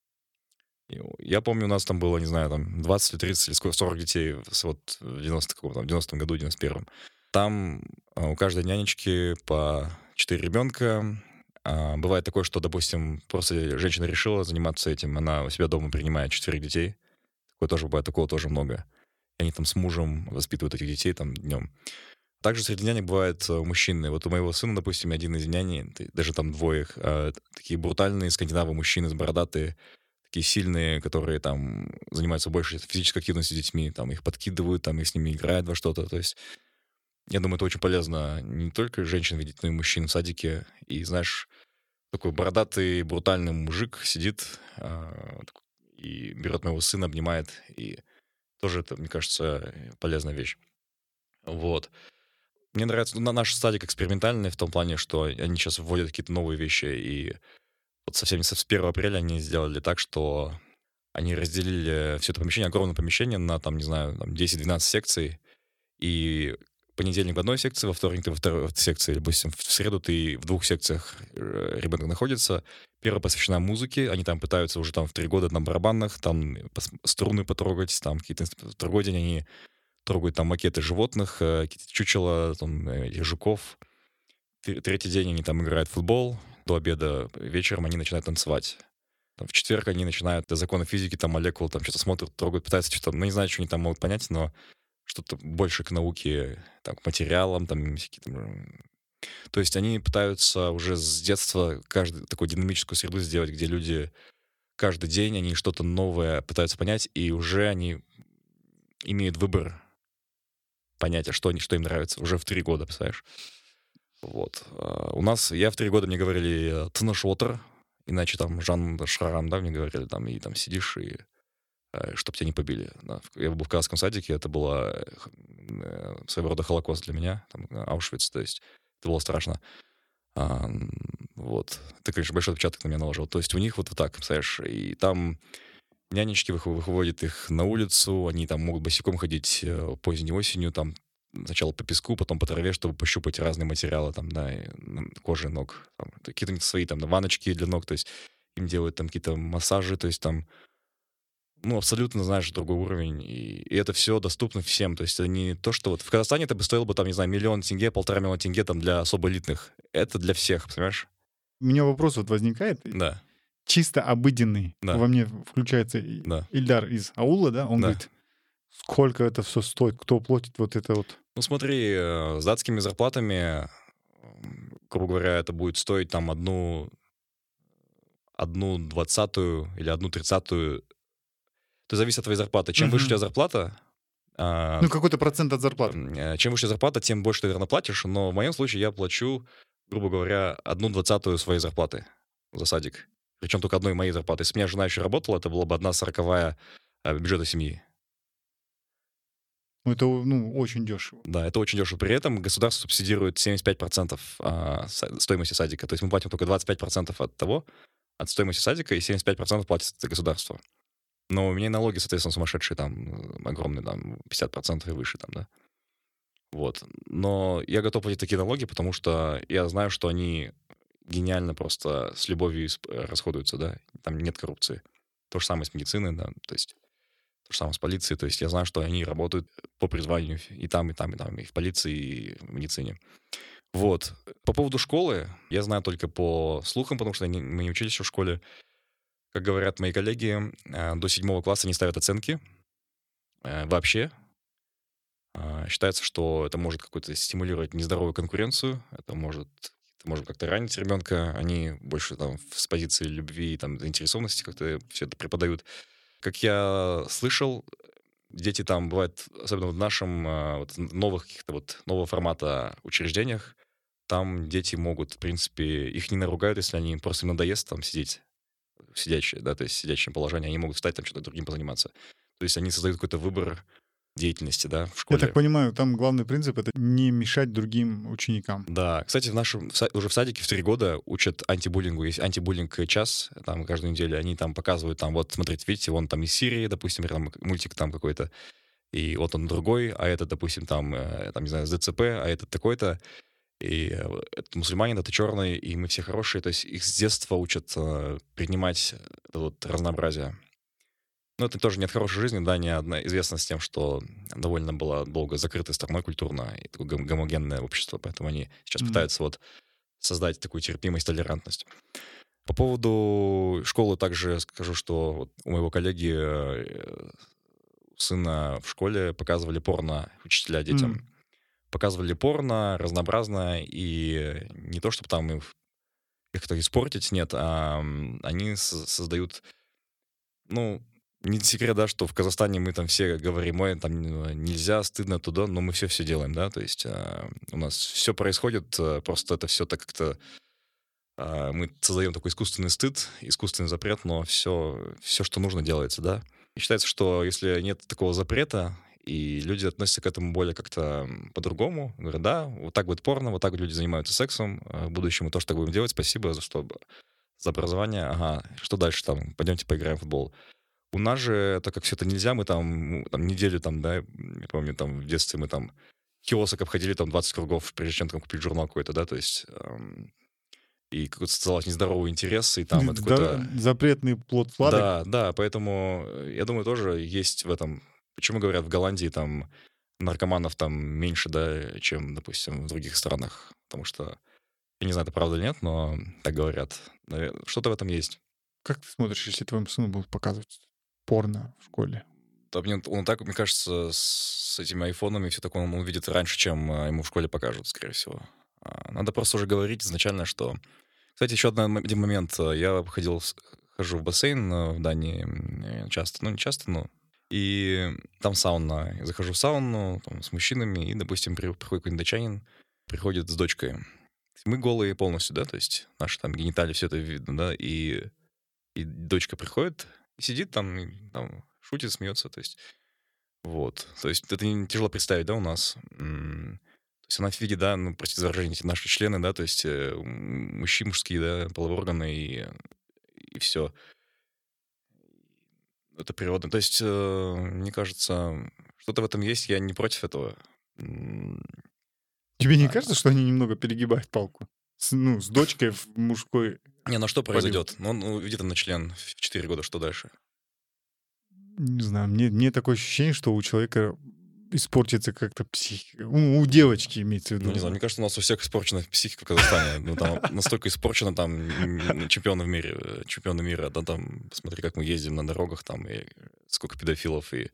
И Я помню, у нас там было, не знаю, там двадцать или тридцать или сколько, сорок детей с вот в девяностом, каком, там, девяностом году, девяносто первом. Там а, у каждой нянечки по четыре ребенка. А, Бывает такое, что, допустим, просто женщина решила заниматься этим, она у себя дома принимает четверых детей. Такое тоже бывает, такого тоже много. И они там с мужем воспитывают этих детей там днем. Также среди нянек бывают э, мужчины. Вот у моего сына, допустим, один из няней, т- даже там двое, их, а, т- такие брутальные скандинавы мужчины, бородатые, такие сильные, которые там занимаются больше физической активностью с детьми, там их подкидывают, там их с ними играют во что-то. То есть я думаю, это очень полезно не только женщин видеть, но и мужчин в садике. И знаешь, такой бородатый, брутальный мужик сидит а, так- и берет моего сына, обнимает. И тоже это, мне кажется, полезная вещь. Вот. Мне нравится, ну, на- наш садик экспериментальный в том плане, что они сейчас вводят какие-то новые вещи. И вот совсем с первого апреля они сделали так, что они разделили все это помещение, огромное помещение, на, там, не знаю, там десять-двенадцать секций. И понедельник в одной секции, во вторник ты во второй секции. Допустим, в среду ты в двух секциях э, ребенок находится. Первая посвящена музыке. Они там пытаются уже там в три года на барабанах, там пос- струны потрогать, там какие-то... инст- В другой день они трогают там макеты животных, э, какие-то чучела, там, э, этих жуков. Тр- Третий день они там играют в футбол. До обеда вечером они начинают танцевать. Там, в четверг они начинают законы физики, там, молекул, там, что-то смотрят, трогают, пытаются что-то... Ну, не знаю, что они там могут понять, но что-то больше к науке, там, к материалам, там, всякие там... м. То есть они пытаются уже с детства каждую такую динамическую среду сделать, где люди каждый день, они что-то новое пытаются понять, и уже они имеют выбор понятия, что, они, что им нравится, уже в три года, представляешь? Вот. А, У нас, я в три года мне говорили «тыныш отыр», иначе там Жан Шарам, да, мне говорили, там, и там сидишь и чтобы тебя не побили. Да. Я был в казахском садике, это было своего рода холокост для меня, там, Аушвиц, то есть это было страшно. А, вот. Это, конечно, большой отпечаток на меня наложил. То есть у них вот, вот так, представляешь, и там нянечки выводят их на улицу, они там могут босиком ходить поздней осенью, там сначала по песку, потом по траве, чтобы пощупать разные материалы, там, да, кожи ног, там, какие-то свои там ванночки для ног, то есть им делают там какие-то массажи, то есть там, ну, абсолютно, знаешь, другой уровень, и, и это все доступно всем, то есть это не то, что вот в Казахстане это бы стоило бы, там, не знаю, миллион тенге, полтора миллиона тенге там для особо элитных, это для всех, понимаешь? У меня вопрос вот возникает, Да. чисто обыденный, Да. во мне включается Да. Ильдар из аула, да, он Да. говорит, сколько это все стоит, кто платит вот это вот? Ну, смотри, с датскими зарплатами, грубо говоря, это будет стоить там одну, одну двадцатую или одну тридцатую. То зависит от твоей зарплаты. Чем Мгм. выше у тебя зарплата, а, Ну, какой-то процент от зарплаты. м, чем выше зарплата, тем больше ты, наверное, платишь. Но в моем случае я плачу, грубо говоря, одну двадцатую своей зарплаты за садик. Причем только одной моей зарплаты. Если бы у меня жена еще работала, это была бы одна сороковая а, бюджета семьи. Ну, это, ну, очень дешево. Да, это очень дешево. При этом государство субсидирует семьдесят пять процентов а, са- стоимости садика. То есть мы платим только двадцать пять процентов от того, от стоимости садика, и семьдесят пять процентов платит это государство. Но у меня и налоги, соответственно, сумасшедшие, там, э, огромные, там, пятьдесят процентов и выше, там, да. Вот. Но я готов платить такие налоги, потому что я знаю, что они гениально просто с любовью исп- э, расходуются, да. Там нет коррупции. То же самое с медициной, да, то есть то же самое с полицией. То есть я знаю, что они работают по призванию и там, и там, и там, и в полиции, и в медицине. Вот. По поводу школы, я знаю только по слухам, потому что не- мы не учились еще в школе. Как говорят мои коллеги, э, до седьмого класса не ставят оценки э, вообще. А, Считается, что это может какой-то стимулировать нездоровую конкуренцию, это может, это может как-то ранить ребенка, они больше там с позиции любви и там заинтересованности как-то все это преподают. Как я слышал, дети там бывают, особенно в нашем а, вот, новых каких-то вот нового формата учреждениях, там дети могут, в принципе, их не наругают, если они просто им надоест там сидеть в сидячее, да, то есть в сидячем положении, они могут встать там что-то другим позаниматься. То есть они создают какой-то выбор деятельности, да, в Я школе. так понимаю, там главный принцип — это не мешать другим ученикам. Да, кстати, в нашем в са- уже в садике в три года учат антибуллингу. Есть антибуллинг час, там каждую неделю они там показывают, там вот, смотрите, видите, вон там из Сирии, допустим, там мультик там какой-то, и вот он другой, а этот, допустим, там, э, там не знаю, с ДЦП, а этот такой-то, и э, этот мусульманин, это черный, и мы все хорошие. То есть их с детства учат э, принимать это вот разнообразие. Но это тоже не от хорошей жизни, да, не одна известна с тем, что довольно была долго закрытой страной культурно и такое гом- гомогенное общество, поэтому они сейчас Мгм. пытаются вот создать такую терпимость, толерантность. По поводу школы также скажу, что вот у моего коллеги э, сына в школе показывали порно учителя детям. М. Показывали порно разнообразно, и не то, чтобы там их их как-то испортить, нет, а м, они с- создают, ну, не секрет, да, что в Казахстане мы там все говорим, ой, там э, нельзя, стыдно туда, но мы все все делаем, да, то есть а, у нас все происходит, э, просто это все так как-то а, мы создаем такой искусственный стыд, искусственный запрет, но все, все, что нужно, делается, да. И считается, что если нет такого запрета, и люди относятся к этому более как-то м, по-другому, говорят, да, вот так будет порно, вот так люди занимаются сексом, а в будущем мы тоже так будем делать, спасибо за что, за образование, ага, что дальше там, пойдемте поиграем в футбол. У нас же, так как все это нельзя, мы там, ну, там неделю там, да, я помню, там в детстве мы там киосок обходили там двадцать кругов, прежде чем там купить журнал какой-то, да, то есть эм, и какой-то создавался нездоровый интерес, и там это Здор- какой-то... Запретный плод сладок. Да, да, поэтому э, я думаю, тоже есть в этом... Почему говорят, в Голландии там наркоманов там меньше, да, чем, допустим, в других странах, потому что, я не знаю, это правда или нет, но так говорят. Навер- Что-то в этом есть. Как ты смотришь, если твоему сыну будут показывать порно в школе? Да, мне- он так, мне кажется, с этими айфонами все такое он увидит раньше, чем а, ему в школе покажут, скорее всего. А, Надо просто уже говорить изначально, что... Кстати, еще одна- один момент. а, Я ходил, в с- хожу в бассейн а, в Дании м, э, часто, ну не часто, но... И там сауна. Я захожу в сауну там, с мужчинами, и, допустим, при- приходит какой-нибудь датчанин, приходит с дочкой. Мы голые полностью, да, то есть наши там гениталии, все это видно, да, и, и дочка приходит, и сидит там, и, там шутит, смеется, то есть вот. То есть это не тяжело представить, да, у нас. М, То есть она в виде, да, ну, простите за выражение, эти наши члены, да, то есть э, м, мужчины, мужские, да, половые органы и, и все. Это природно. То есть, э, мне кажется, что-то в этом есть, я не против этого. М, Тебе не а, кажется, что они немного перегибают палку? С, ну, с дочкой в мужской Не, ну а что полил? произойдет? Ну, он увидит на член в четыре года, что дальше? Не знаю, мне, мне такое ощущение, что у человека испортится как-то психика. У, у девочки имеется в Ну, не виду. знаю, мне кажется, у нас у всех испорчена психика в Казахстане. Ну, там настолько испорчено, там, м, чемпионы в мире, э, чемпионы мира, да, там, посмотри, как мы ездим на дорогах, там, и сколько педофилов, и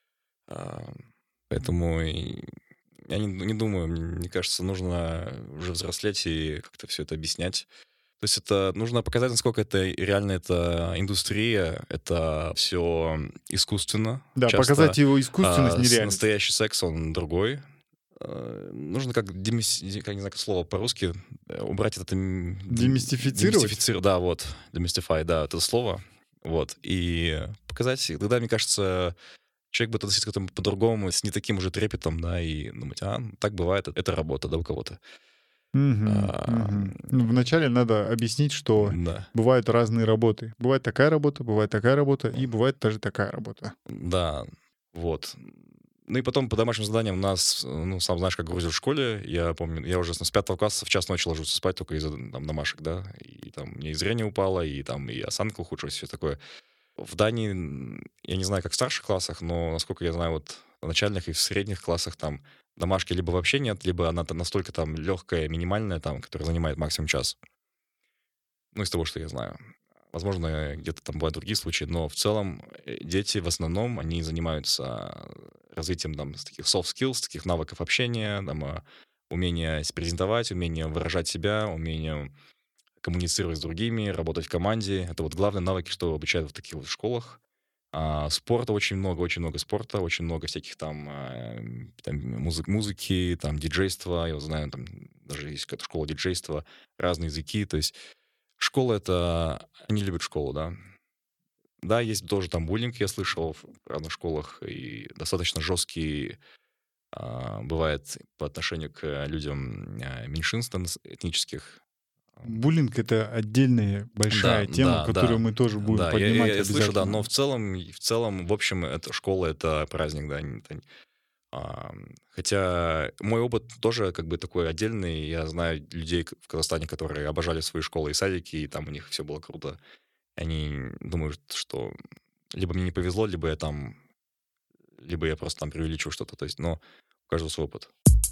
а, поэтому и я не, не думаю, мне мне кажется, нужно уже взрослеть и как-то все это объяснять. То есть это нужно показать, насколько это реально это индустрия, это все искусственно. Да, показать Часто его искусственность, а, с- нереальность. настоящий секс, он другой. Э, Нужно как, демис- де- как не знаю, как слово по-русски, э, убрать это... м, дем- Демистифицировать? демистифицировать, да, вот, demystify, да, это слово. Вот, и показать, и тогда, мне кажется, человек будет относиться к этому по-другому, с не таким уже трепетом, да, и думать, а, ну, так бывает, это работа, да, у кого-то. Мгм, А, мгм. Ну, вначале надо объяснить, что да. бывают разные работы. Бывает такая работа, бывает такая работа, и бывает даже такая работа. Да, вот. Ну и потом по домашним заданиям у нас, э, ну, сам знаешь, как грузят в школе. Я помню, я уже с пятого класса в час ночи ложусь спать только из-за там, домашек, да. И там мне и зрение упало, и там и осанка ухудшилась, все такое. В Дании, м, я не знаю, как в старших классах, но, насколько я знаю, вот в начальных и в средних классах там домашки либо вообще нет, либо она то настолько там легкая, минимальная, там, которая занимает максимум час. Ну, из того, что я знаю. Возможно, где-то там бывают другие случаи, но в целом э, дети в основном, они занимаются развитием там с таких soft skills, таких навыков общения, там, а, умения с- презентовать, умение выражать себя, умение коммуницировать с другими, работать в команде. Это вот главные навыки, что обучают в таких вот школах. А, спорта очень много, очень много спорта, очень много всяких там, а, м, там музы- музыки, там диджейства, я вот знаю, там даже есть какая-то школа диджейства, разные языки, то есть школа это... Они любят школу, да. Да, есть тоже там буллинг, я слышал в разных школах, и достаточно жесткий а, бывает по отношению к людям а, меньшинств нас- этнических. Ам, Буллинг — это отдельная Да, большая тема, да, которую да, мы тоже будем да, я, я- поднимать я слышу, да, но обязательно. в целом, и в целом, в общем, это школа, это праздник, да. не- это не- ам, хотя мой опыт тоже как бы такой отдельный. Я знаю людей к- в Казахстане, которые обожали свои школы и садики, и там у них все было круто. Они думают, что либо мне не повезло, либо я там, либо я просто там преувеличу что-то. То есть, но у каждого свой опыт.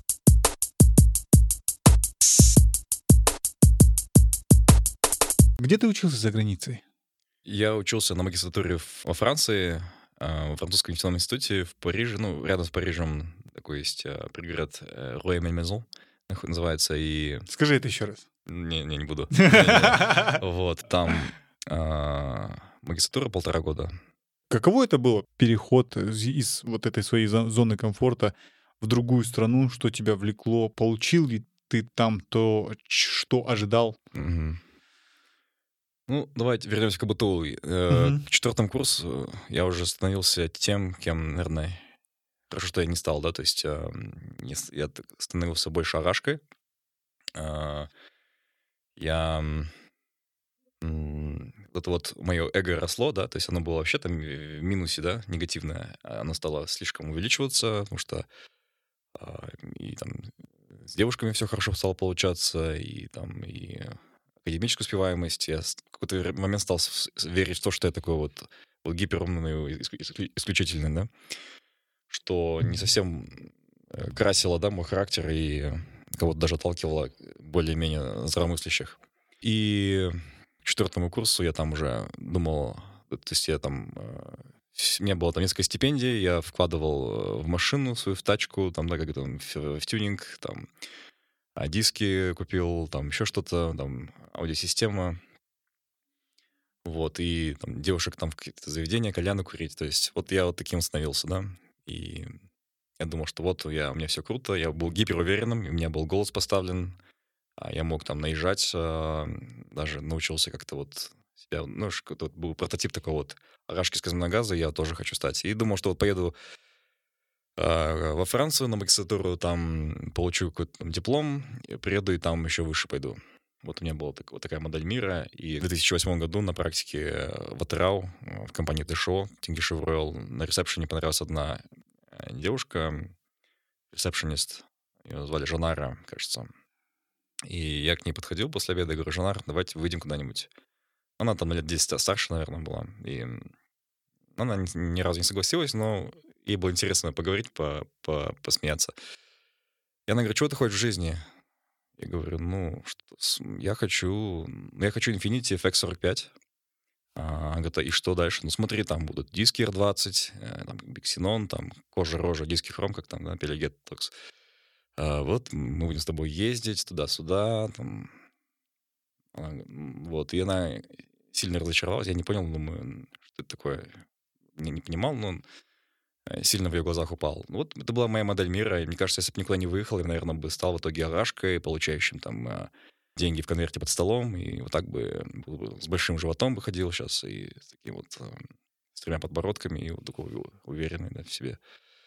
Где ты учился за границей? Я учился на магистратуре в- во Франции, а, во французском нефтяном институте в Париже. Ну, рядом с Парижем такой есть а, пригород Руэ-Мельмезон называется. И... Скажи это еще раз. Не, не, не буду. Не-не. Вот, там а, магистратура полтора года. Каково это было, переход из из вот этой своей зо- зоны комфорта в другую страну, что тебя влекло? Получил ли ты там то, ч- что ожидал? Мгм. Ну, давайте вернемся к КБТУ. Э, Мгм. К четвертому курсу я уже становился тем, кем, наверное, хорошо, что я не стал, да, то есть а, м, я с- я т- становился больше арашкой. А, Я... м, м, Вот это вот мое эго росло, да, то есть оно было вообще там в минусе, да, негативное. а Оно стало слишком увеличиваться, потому что а, и там с девушками все хорошо стало получаться, и там и академическую успеваемость. Я с- в какой-то вер- момент стал с- с- верить в то, что я такой вот, вот гиперумный, и исклю- исклю- исключительный, да, что не совсем э, красило, да, мой характер и кого-то даже отталкивало более-менее здравомыслящих. И к четвертому курсу я там уже думал, то есть я там... э, с- У меня было там несколько стипендий, я вкладывал э, в машину свою, в тачку, там, да, как там, в, в тюнинг, там, а диски купил, там, еще что-то, там, аудиосистема, вот, и там, девушек там в какие-то заведения, кальяны курить, то есть вот я вот таким становился, да, и я думал, что вот я, у меня все круто, я был гиперуверенным, у меня был голос поставлен, а я мог там наезжать, а, даже научился как-то вот себя, ну, ш- вот был прототип такого вот арашки с казенного газа, я тоже хочу стать. И думал, что вот поеду а, во Францию на магистратуру, там получу какой-то там диплом, и приеду и там еще выше пойду. Вот у меня была так- вот такая модель мира. И в две тысячи восьмом году на практике э, в Атырау, э, в компании Дэшо, Тингишев Роял, на ресепшене понравилась одна э, девушка, ресепшенист, ее звали Жанара, кажется. И я к ней подходил после обеда и говорю: Жанар, давайте выйдем куда-нибудь. Она там на лет десять старше, наверное, была. И она ни, ни разу не согласилась, но ей было интересно поговорить, по, по, посмеяться. И она говорит: что ты хочешь в жизни? Я говорю: ну, что, с- я хочу, ну, я хочу Infiniti эф икс сорок пять. А, Она говорит: «А и что дальше? Ну, смотри, там будут диски эр двадцать, э, там Биксенон, там кожа, рожа, диски хром, как там, да, Пелегет Токс. А, вот мы будем с тобой ездить туда-сюда, там. Она г- м, вот, и она сильно разочаровалась, я не понял, думаю, что это такое, не, не понимал, но э, сильно в ее глазах упал. Вот это была моя модель мира, и мне кажется, если бы никуда не выехал, я, наверное, бы стал в итоге арашкой, получающим там э, деньги в конверте под столом, и вот так бы, был бы с большим животом бы ходил сейчас, и с таким вот, э, с тремя подбородками, и вот такой у- уверенный, да, в себе.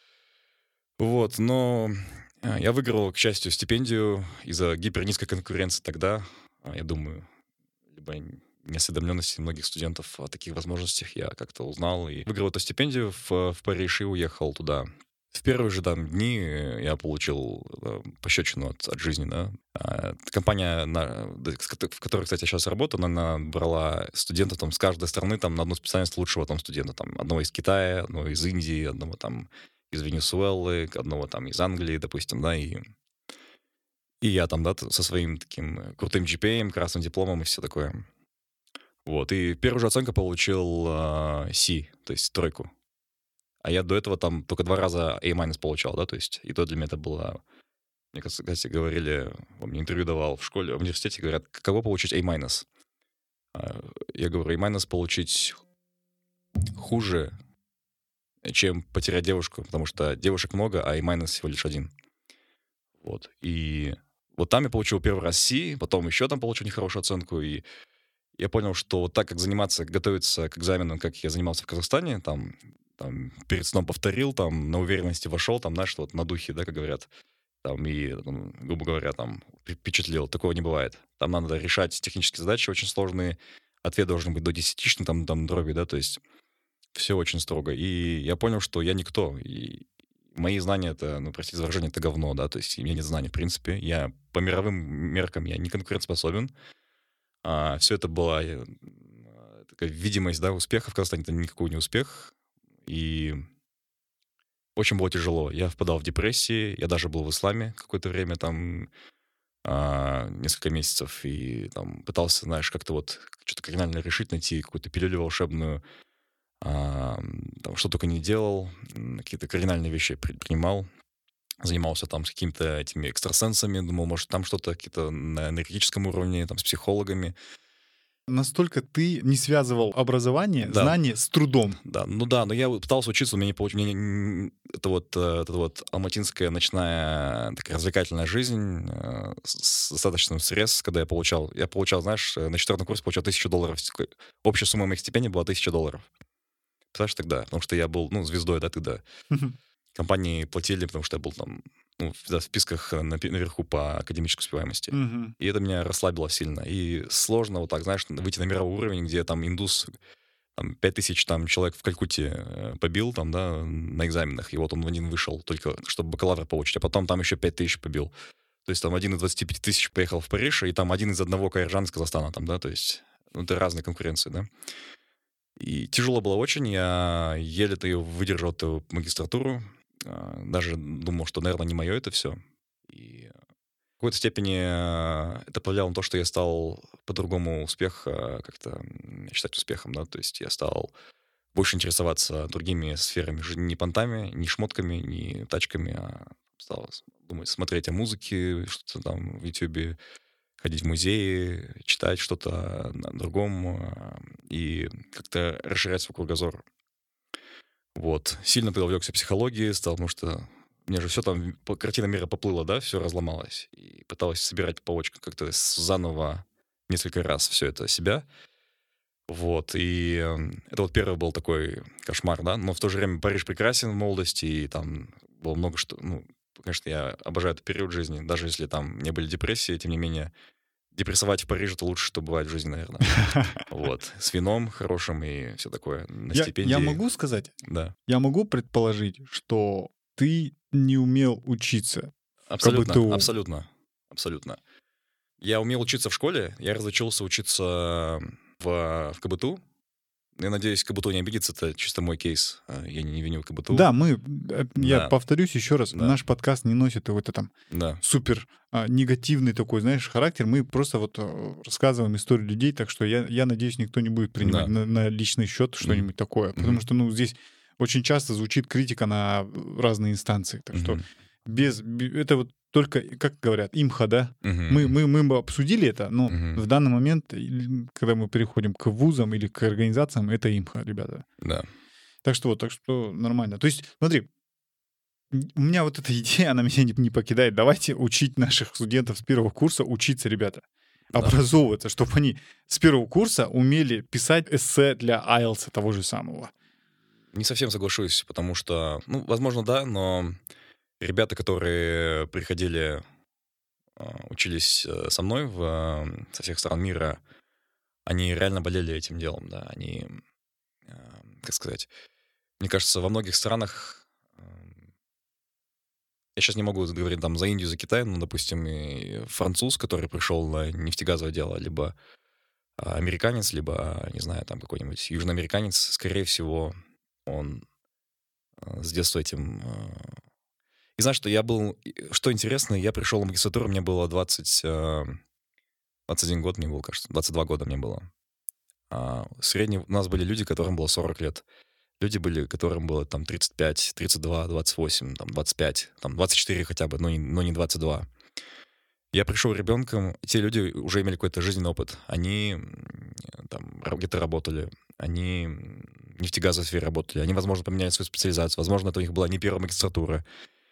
Вот, но э, я выиграл, к счастью, стипендию из-за гипернизкой конкуренции тогда. А, Я думаю, либо неосведомленности многих студентов о таких возможностях я как-то узнал и выиграл эту стипендию в, в Париж и уехал туда. В первые же там дни э, я получил э, пощечину от, от жизни, да. А, Компания, на- да, с кото- в которой, кстати, я сейчас работаю, она брала студентов там с каждой страны там на одну специальность лучшего там студента. Там одного из Китая, одного из Индии, одного там из Венесуэлы, одного там из Англии, допустим, да, и, и я там, да, т- со своим таким э, крутым джи пи эй, красным дипломом и все такое. Вот, и первую же оценку получил а, C, то есть тройку. А я до этого там только два раза A- получал, да, то есть, и то для меня это было... Мне, кстати, кстати, говорили, он мне интервью давал в школе, в университете, говорят: каково получить A-. А, Я говорю: A- получить хуже, чем потерять девушку, потому что девушек много, а A- всего лишь один. Вот, и вот там я получил первый раз C, потом еще там получил нехорошую оценку, и я понял, что вот так как заниматься, готовиться к экзаменам, как я занимался в Казахстане, там, там перед сном повторил, там, на уверенности вошел, там, знаешь, вот на духе, да, как говорят, там, и, там, грубо говоря, там, впе- впечатлил. Такого не бывает. Там надо решать технические задачи очень сложные, ответ должен быть до десятичной, там, там, дроби, да, то есть все очень строго. И я понял, что я никто, и мои знания это, ну, простите за выражение, это говно, да, то есть у меня нет знаний, в принципе. Я по мировым меркам я не конкурентоспособен. А, все это была э, а, такая видимость, да, успеха в Казахстане. Это никакой не успех. И очень было тяжело. Я впадал в депрессии. Я даже был в исламе какое-то время, там, а, несколько месяцев. И там пытался, знаешь, как-то вот что-то кардинально решить, найти какую-то пилюлю волшебную. А, там, что только не делал. м, Какие-то кардинальные вещи предпринимал. Занимался там с какими-то этими экстрасенсами. Думал, может, там что-то какие-то на энергетическом уровне, там, с психологами. Настолько ты не связывал образование, Да, знание с трудом. Да, ну да, но я вот пытался учиться, у меня не получилось. Это вот, э, это вот алматинская ночная такая развлекательная жизнь э, с с достаточным средств, когда я получал, я получал, знаешь, э, на четвертом курсе получал тысячу долларов. Ст- Общая сумма моих стипендий была тысяча долларов. Представляешь, тогда? Потому что я был, ну, звездой, да, тогда. Компании платили, потому что я был там, ну, в, да, в списках э, на пи- наверху по академической успеваемости. Мгм. И это меня расслабило сильно. И сложно вот так, знаешь, выйти на мировой уровень, где там индус там, пять тысяч там, человек в Калькутте э, побил там, да, на экзаменах, и вот он в один вышел, только чтобы бакалавра получить, а потом там еще пять тысяч побил. То есть там один из двадцати пяти тысяч поехал в Париж, и там один из одного каиржан из Казахстана, там, да, то есть ну, это разные конкуренции, да. И тяжело было очень, я еле-то ее выдержал, эту магистратуру, а, даже думал, что, наверное, не мое это все. И в какой-то степени э, это повлияло на то, что я стал по-другому успех э, как-то м, считать успехом, да, то есть я стал больше интересоваться другими сферами жизни, не понтами, не шмотками, не тачками, а стал с- думать, смотреть о музыке, что-то там в Ютубе, ходить в музеи, читать что-то на другом а, и как-то расширять свой кругозор. Вот. Сильно тогда увлекся психологией, стал, потому что мне же все там, по- картина мира поплыла, да, все разломалось. И пыталась собирать по полочкам как-то с- заново несколько раз все это себя. Вот, и э, это вот первый был такой кошмар, да, но в то же время Париж прекрасен в молодости, и там было много что, ну, конечно, я обожаю этот период жизни, даже если там не были депрессии, тем не менее, депрессовать в Париже — это лучше, что бывает в жизни, наверное. Вот, с вином хорошим и все такое, на Я, стипендии. я могу сказать, Да, я могу предположить, что ты не умел учиться в абсолютно, КБТУ. абсолютно, абсолютно. Я умел учиться в школе, я разучился учиться в, в КБТУ. Я надеюсь, КБТУ не обидится, это чисто мой кейс. А, Я не, не виню КБТУ. Да, мы, э, я Да. повторюсь еще раз, Да. наш подкаст не носит какой-то там Да, супер а, негативный такой, знаешь, характер. Мы просто вот э, рассказываем историю людей, так что я, я надеюсь, никто не будет принимать Да. на, на личный счет что-нибудь такое, потому Мгм. что, ну, здесь очень часто звучит критика на разные инстанции, так что Мгм. без, бе- это вот только, как говорят, имха, да? Мгм. Мы, мы, мы бы обсудили это, но Мгм. в данный момент, или когда мы переходим к вузам или к организациям, это имха, ребята. Да. Так что вот, так что нормально. То есть, смотри, м, у меня вот эта идея, она меня не, не покидает. Давайте учить наших студентов с первого курса учиться, ребята. Да. Образовываться, чтобы они с первого курса умели писать эссе для айлтс того же самого. Не совсем соглашусь, потому что, ну, возможно, да, но ребята, которые приходили, а, учились э, со мной в, а, со всех стран мира, они реально болели этим делом, да, они, а, как сказать, мне кажется, во многих странах, ам, я сейчас не могу говорить там за Индию, за Китай, но, допустим, и француз, который пришел на нефтегазовое дело, либо а, американец, либо, не знаю, там какой-нибудь южноамериканец, скорее всего, он а, с детства этим... а, И знаешь, что я был... и Что интересно, я пришел в магистратуру, мне было двадцать, а, двадцать один год, мне было, кажется, двадцать два года мне было. А средний... У нас были люди, которым было сорок лет. Люди были, которым было там тридцать пять, тридцать два, двадцать восемь, там двадцать пять, там двадцать четыре хотя бы, но не, но не двадцать два. Я пришел ребенком, те люди уже имели какой-то жизненный опыт. Они м, там ра- где-то работали, они м, в нефтегазовой сфере работали, они, возможно, поменяли свою специализацию, возможно, это у них была не первая магистратура.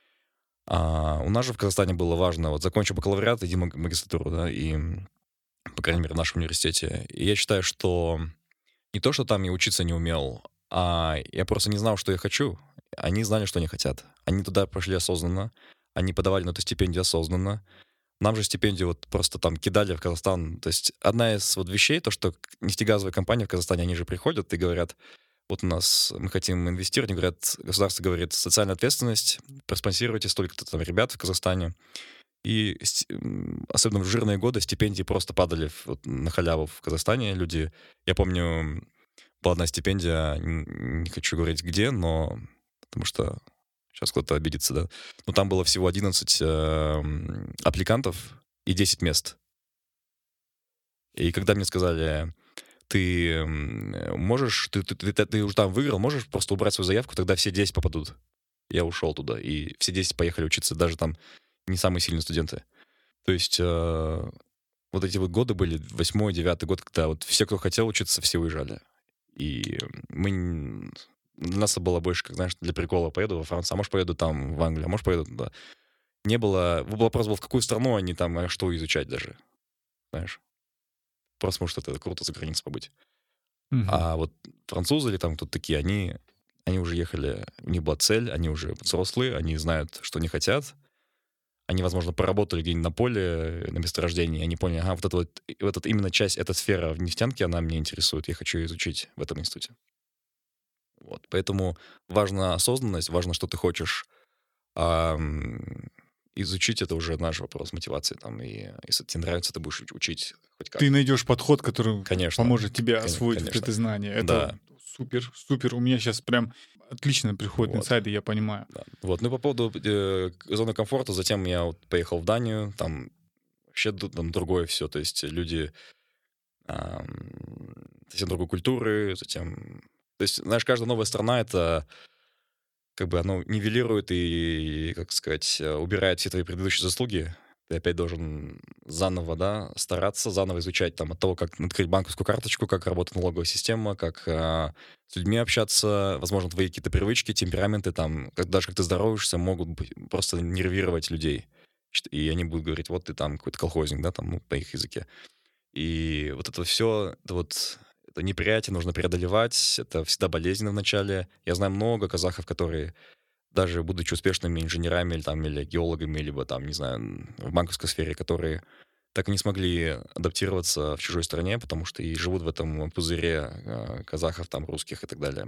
А у нас же в Казахстане было важно, вот закончу бакалавриат, иди в маг- магистратуру, да, и, м, по крайней мере, в нашем университете. И я считаю, что не то, что там я учиться не умел, а я просто не знал, что я хочу. Они знали, что они хотят. Они туда пошли осознанно, они подавали на эту стипендию осознанно. Нам же стипендию вот просто там кидали в Казахстан. То есть одна из вот вещей, то, что к- нефтегазовые компании в Казахстане, они же приходят и говорят, вот у нас, мы хотим инвестировать, они говорят, государство говорит, социальная ответственность, проспонсируйте столько-то там ребят в Казахстане. И ст- м, особенно в жирные годы стипендии просто падали в- вот на халяву в Казахстане. Люди, я помню, была одна стипендия, н- не хочу говорить где, но потому что сейчас кто-то обидится, да. Но там было всего одиннадцать эм, аппликантов и десять мест. И когда мне сказали, ты м, э, можешь, ты, ты, ты, ты- ты уже там выиграл, можешь просто убрать свою заявку, тогда все десять попадут. Я ушел туда, и все десять поехали учиться, даже там не самые сильные студенты. То есть э, вот эти вот годы были, восьмой, девятый год, когда вот все, кто хотел учиться, все уезжали. И мы... н- Для нас это было больше, как, знаешь, для прикола поеду во Францию, а может, поеду там в Англию, а может, поеду туда. Не было... Вопрос был, в какую страну они там, а что изучать даже, знаешь. Просто, может, это круто за границей побыть. Мгм. А вот французы или там кто-то такие, они, они уже ехали, у них была цель, они уже взрослые, они знают, что они хотят. Они, возможно, поработали где-нибудь на поле, на месторождении, и они поняли, ага, вот эта вот, и вот эта именно часть, эта сфера в нефтянке, она меня интересует, я хочу ее изучить в этом институте. Вот. Поэтому важна осознанность, важно, что ты хочешь. А, м, изучить — это уже наш вопрос мотивации. Там, и если тебе нравится, ты будешь уч- учить хоть как. Ты найдешь подход, который Конечно, поможет тебе кон- освоить вот конечно. это знание. Это Да. супер, супер. У меня сейчас прям отлично приходят Вот. инсайды, я понимаю. Да. Вот. Ну, и по поводу э, к- зоны комфорта, затем я вот поехал в Данию, там вообще ду- там другое все. То есть люди ам, совсем другой культуры, затем... То есть, знаешь, каждая новая страна — это как бы оно нивелирует и, как сказать, э, убирает все твои предыдущие заслуги. Ты опять должен заново, да, стараться, заново изучать там от того, как открыть банковскую карточку, как работает налоговая система, как э, с людьми общаться, возможно, твои какие-то привычки, темпераменты, там, как, даже как ты здороваешься, могут быть, просто нервировать людей. Чт- И они будут говорить, вот ты там какой-то колхозник, да, там, ну, по их языке. И вот это все, это вот это неприятие нужно преодолевать, это всегда болезненно вначале. Я знаю много казахов, которые, даже будучи успешными инженерами или, там, или геологами, либо там, не знаю, в банковской сфере, которые так и не смогли адаптироваться в чужой стране, потому что и живут в этом пузыре э, казахов, там, русских и так далее.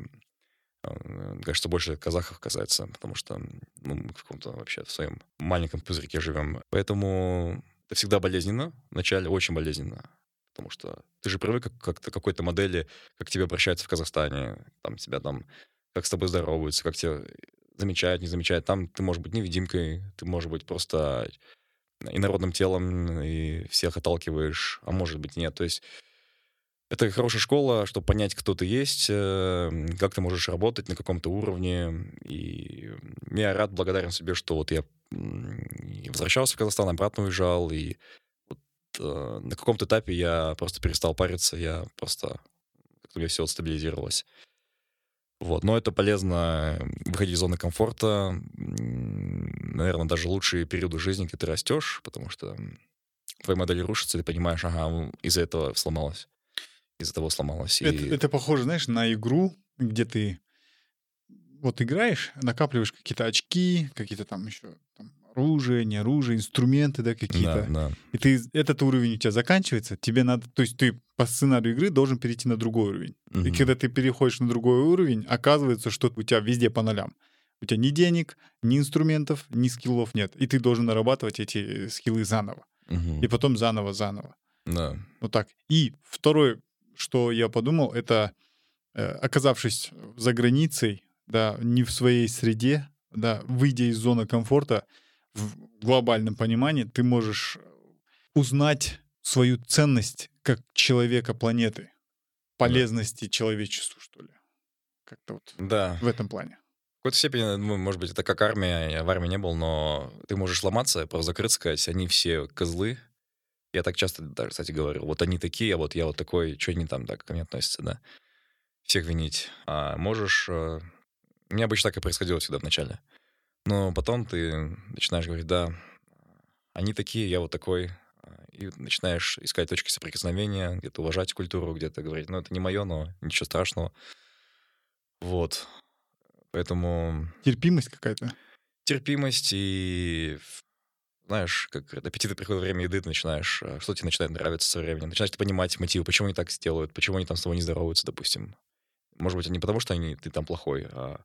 Э, Кажется, больше казахов касается, потому что ну, мы в каком-то вообще в своем маленьком пузырьке живем. Поэтому это всегда болезненно, вначале очень болезненно, потому что ты же привык к как-то какой-то модели, как к тебе обращаются в Казахстане, там тебя там, как с тобой здороваются, как тебя замечают, не замечают. Там ты можешь быть невидимкой, ты можешь быть просто инородным телом и всех отталкиваешь, а может быть нет. То есть это хорошая школа, чтобы понять, кто ты есть, э, как ты можешь работать на каком-то уровне. И я рад, благодарен себе, что вот я м, и возвращался в Казахстан, обратно уезжал, и вот, э, на каком-то этапе я просто перестал париться, я просто как-то у меня все стабилизировалось. Вот. Но это полезно выходить из зоны комфорта. Наверное, даже лучшие периоды жизни, когда ты растешь, потому что твоя модель рушится, и ты понимаешь, ага, из-за этого сломалась. Из-за того сломалась. Это, И это похоже, знаешь, на игру, где ты вот играешь, накапливаешь какие-то очки, какие-то там еще там, оружие, не оружие, инструменты, да, да, какие-то. да. И ты этот уровень у тебя заканчивается, тебе надо, то есть ты по сценарию игры должен перейти на другой уровень. И Мгм. когда ты переходишь на другой уровень, оказывается, что у тебя везде по нолям. У тебя ни денег, ни инструментов, ни скиллов нет. И ты должен нарабатывать эти скиллы заново. Мгм. И потом заново, заново. Да. Вот так. И второе, что я подумал, это э, оказавшись за границей, да, не в своей среде, да, выйдя из зоны комфорта, в глобальном понимании, ты можешь узнать свою ценность как человека планеты, Да. полезности человечеству, что ли. Как-то вот Да. в этом плане. В какой-то степени, ну, может быть, это как армия. Я в армии не был, но ты можешь ломаться, просто закрыто сказать, они все козлы. Я так часто даже, кстати, говорю, вот они такие, а вот я вот такой, что они там так ко мне относятся, да? Всех винить. А можешь... э, У меня обычно так и происходило всегда в начале. Но потом ты начинаешь говорить, да, они такие, я вот такой. а, И начинаешь искать точки соприкосновения, где-то уважать культуру, где-то говорить, ну, это не мое, но ничего страшного. Вот. Поэтому Терпимость какая-то. терпимость и, знаешь, как от аппетита приходит время еды, ты начинаешь, э, что тебе начинает нравиться со временем. Начинаешь понимать мотивы, почему они так сделают, почему они там с тобой не здороваются, допустим. Может быть, не потому, что они, ты там плохой, а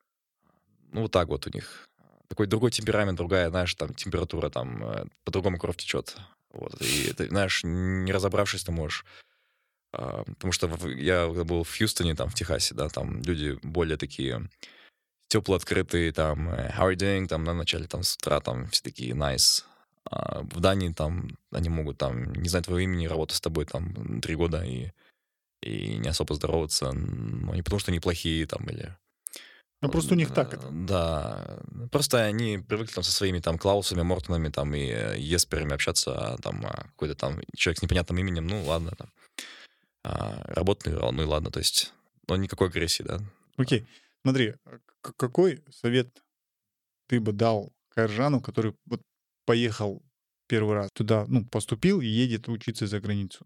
ну вот так вот у них. Такой другой темперамент, другая, знаешь, там температура, там э, по-другому кровь течет. Вот. И ты, знаешь, не разобравшись, ты можешь... а, Потому что в- я когда был в Хьюстоне, там, в Техасе, да, там люди более такие тепло открытые, там, э, how are you doing, там, на начале, там, с утра, там, все такие nice. А в Дании, там, они могут, там, не знать твоего имени, работать с тобой, там, три года и, и не особо здороваться, но не потому, что они плохие, там, или... Ну, просто у них так это. Да, просто они привыкли там со своими там Клаусами, Мортонами там и э, Есперами общаться, а там а, какой-то там человек с непонятным именем, ну ладно, там, а, работный, ну и ладно, то есть, но никакой агрессии, да. Окей. Смотри, а к- какой совет ты бы дал Кайржану, который вот поехал первый раз туда, ну, поступил и едет учиться за границу?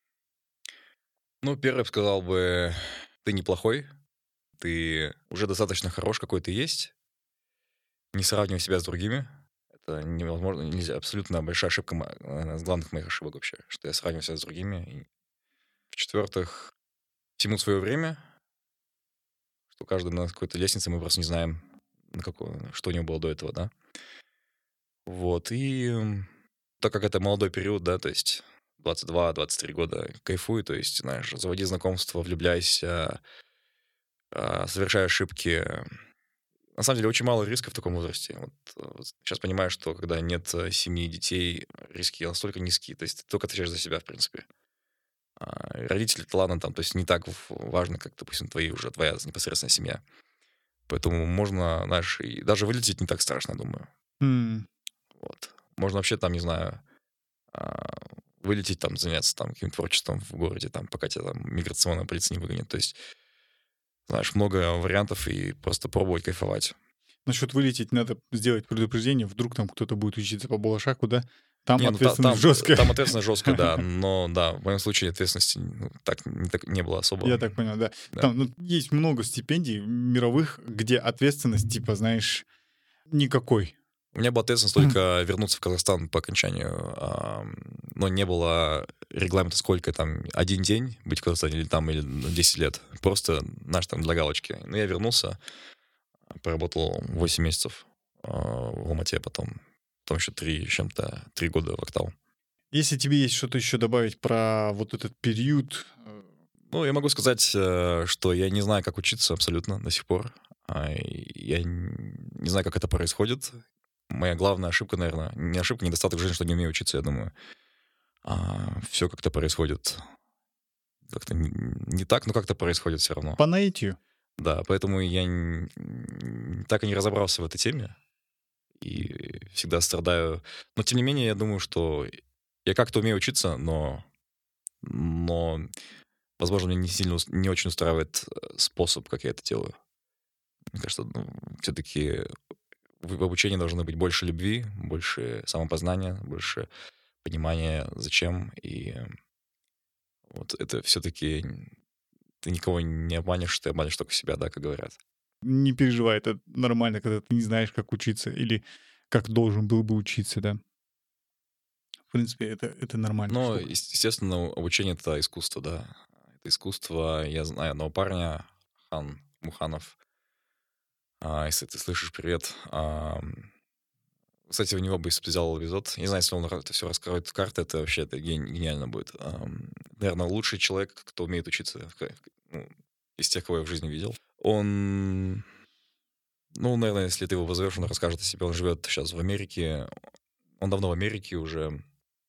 Ну, первый бы сказал бы, ты неплохой, ты уже достаточно хорош, какой ты есть, не сравнивай себя с другими. Это невозможно, нельзя, абсолютно большая ошибка, мо- одна из главных моих ошибок вообще, что я сравниваю себя с другими. И, в-четвертых, всему свое время, что каждый на какой-то лестнице, мы просто не знаем, на какой, что у него было до этого, да. Вот, и м, так как это молодой период, да, то есть двадцать два двадцать три года, кайфуй, то есть, знаешь, заводи знакомства, влюбляйся, а, совершай ошибки. На самом деле, очень мало риска в таком возрасте. Вот, э, вот сейчас понимаю, что когда нет э, семьи, детей, риски настолько низкие, то есть ты только отвечаешь за себя, в принципе. А родители, то ладно, там, то есть не так в- важно, как, допустим, твои уже, твоя непосредственная семья. Поэтому можно, знаешь, и даже вылететь не так страшно, я думаю. М, Вот. Можно вообще там, не знаю, а, вылететь там, заняться там каким-то творчеством в городе, там, пока тебя там миграционная полиция не выгонит. То есть, знаешь, много вариантов и просто пробовать кайфовать. Насчет вылететь надо сделать предупреждение, вдруг там кто-то будет учиться по Балашаку, да? Там Не, ну, та- ответственность там, жесткая. там ответственность жесткая, да. Но да, в моем случае ответственности ну, так, не, так не было особо. Я так понял, да. Да. Там ну, есть много стипендий мировых, где ответственность, типа, знаешь, никакой. У меня была ответственность только вернуться в Казахстан по окончанию, а, но не было регламента, сколько там, один день быть в Казахстане или там, или десять лет. Просто наш там для галочки. Но я вернулся, поработал восемь месяцев а, в Алмате, потом, потом еще три с чем-то, три года в Актау. Если тебе есть что-то еще добавить про вот этот период, э, Ну, я могу сказать, э, что я не знаю, как учиться абсолютно до сих пор. А, и Я н- не знаю, как это происходит. Моя главная ошибка, наверное, не ошибка, недостаток в жизни, что не умею учиться, я думаю. Все как-то происходит как-то не, не так, но как-то происходит все равно. по наитию. Да, поэтому я н- н- так и не разобрался в этой теме и всегда страдаю. Но тем не менее, я думаю, что я как-то умею учиться, но, но возможно, меня не сильно, ус- не очень устраивает э, способ, как я это делаю. Мне кажется, ну, все-таки в в обучении должно быть больше любви, больше самопознания, больше понимания, зачем. И э, вот это все-таки ты никого не обманешь, ты обманешь только себя, да, как говорят. Не переживай, это нормально, когда ты не знаешь, как учиться или как должен был бы учиться, да. В принципе, это, это нормально. Но, ес- естественно, обучение — это искусство, да. Это искусство. Я знаю одного парня, Хан Муханов. А, если ты слышишь, привет. Ам, Кстати, у него бы взял эпизод. Я не знаю, если он это все раскроет в карты, это вообще это ген- гениально будет. Ам, Наверное, лучший человек, кто умеет учиться в ка- ну, из тех, кого я в жизни видел. Он, ну, наверное, если ты его позовешь, он расскажет о себе. Он живет сейчас в Америке. Он давно в Америке уже.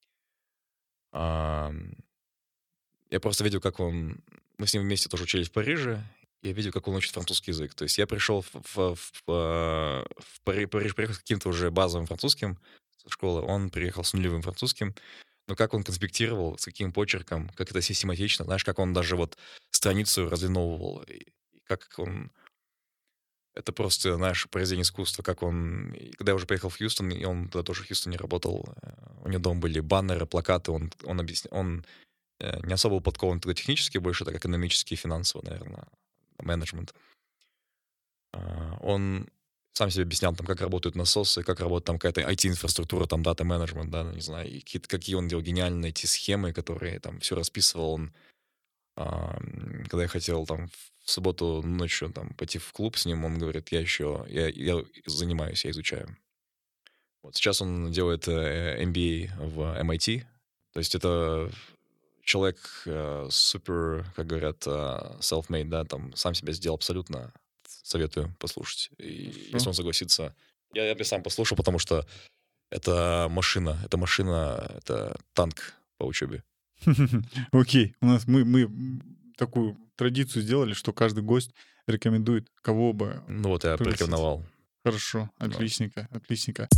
Ам, Я просто видел, как он... Мы с ним вместе тоже учились в Париже. Я видел, как он учит французский язык. То есть я пришел в, в, в, э, в Пари- Париж, приехал с каким-то уже базовым французским со школы. Он приехал с нулевым французским. Но как он конспектировал, с каким почерком, как это систематично. Знаешь, как он даже вот страницу разлиновывал. И и как он... Это просто, знаешь, произведение искусства, как он... и когда я уже приехал в Хьюстон, и он тогда тоже в Хьюстоне работал, э, у него дома были баннеры, плакаты, он, он объяснял... Он э, не особо был подкован тогда технически, больше так экономически и финансово, наверное, менеджмент. А, Он сам себе объяснял, там, как работают насосы, как работает там какая-то ай ти-инфраструктура, там, дата-менеджмент, да, не знаю, и какие, какие он делал гениальные эти схемы, которые там все расписывал он. А, м, Когда я хотел там в субботу ночью там пойти в клуб с ним, он говорит, я еще, я, я занимаюсь, я изучаю. Вот сейчас он делает э, эм би эй в эм ай ти, то есть это человек э, супер, как говорят, э, self-made, да, там сам себя сделал абсолютно. Советую послушать. И Хорошо. если он согласится, я, я бы сам послушал, потому что это машина, это машина, это танк по учебе. Окей, у нас мы, мы м, такую традицию сделали, что каждый гость рекомендует, кого бы Ну вот я пригласить. порекомендовал. Хорошо, Да. отличненько, отличненько.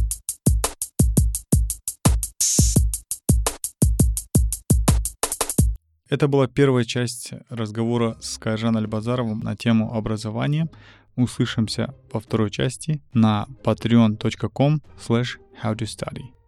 Это была первая часть разговора с Кайыржан Альбазаровым на тему образования. Услышимся во второй части на patreon точка com slash how to study.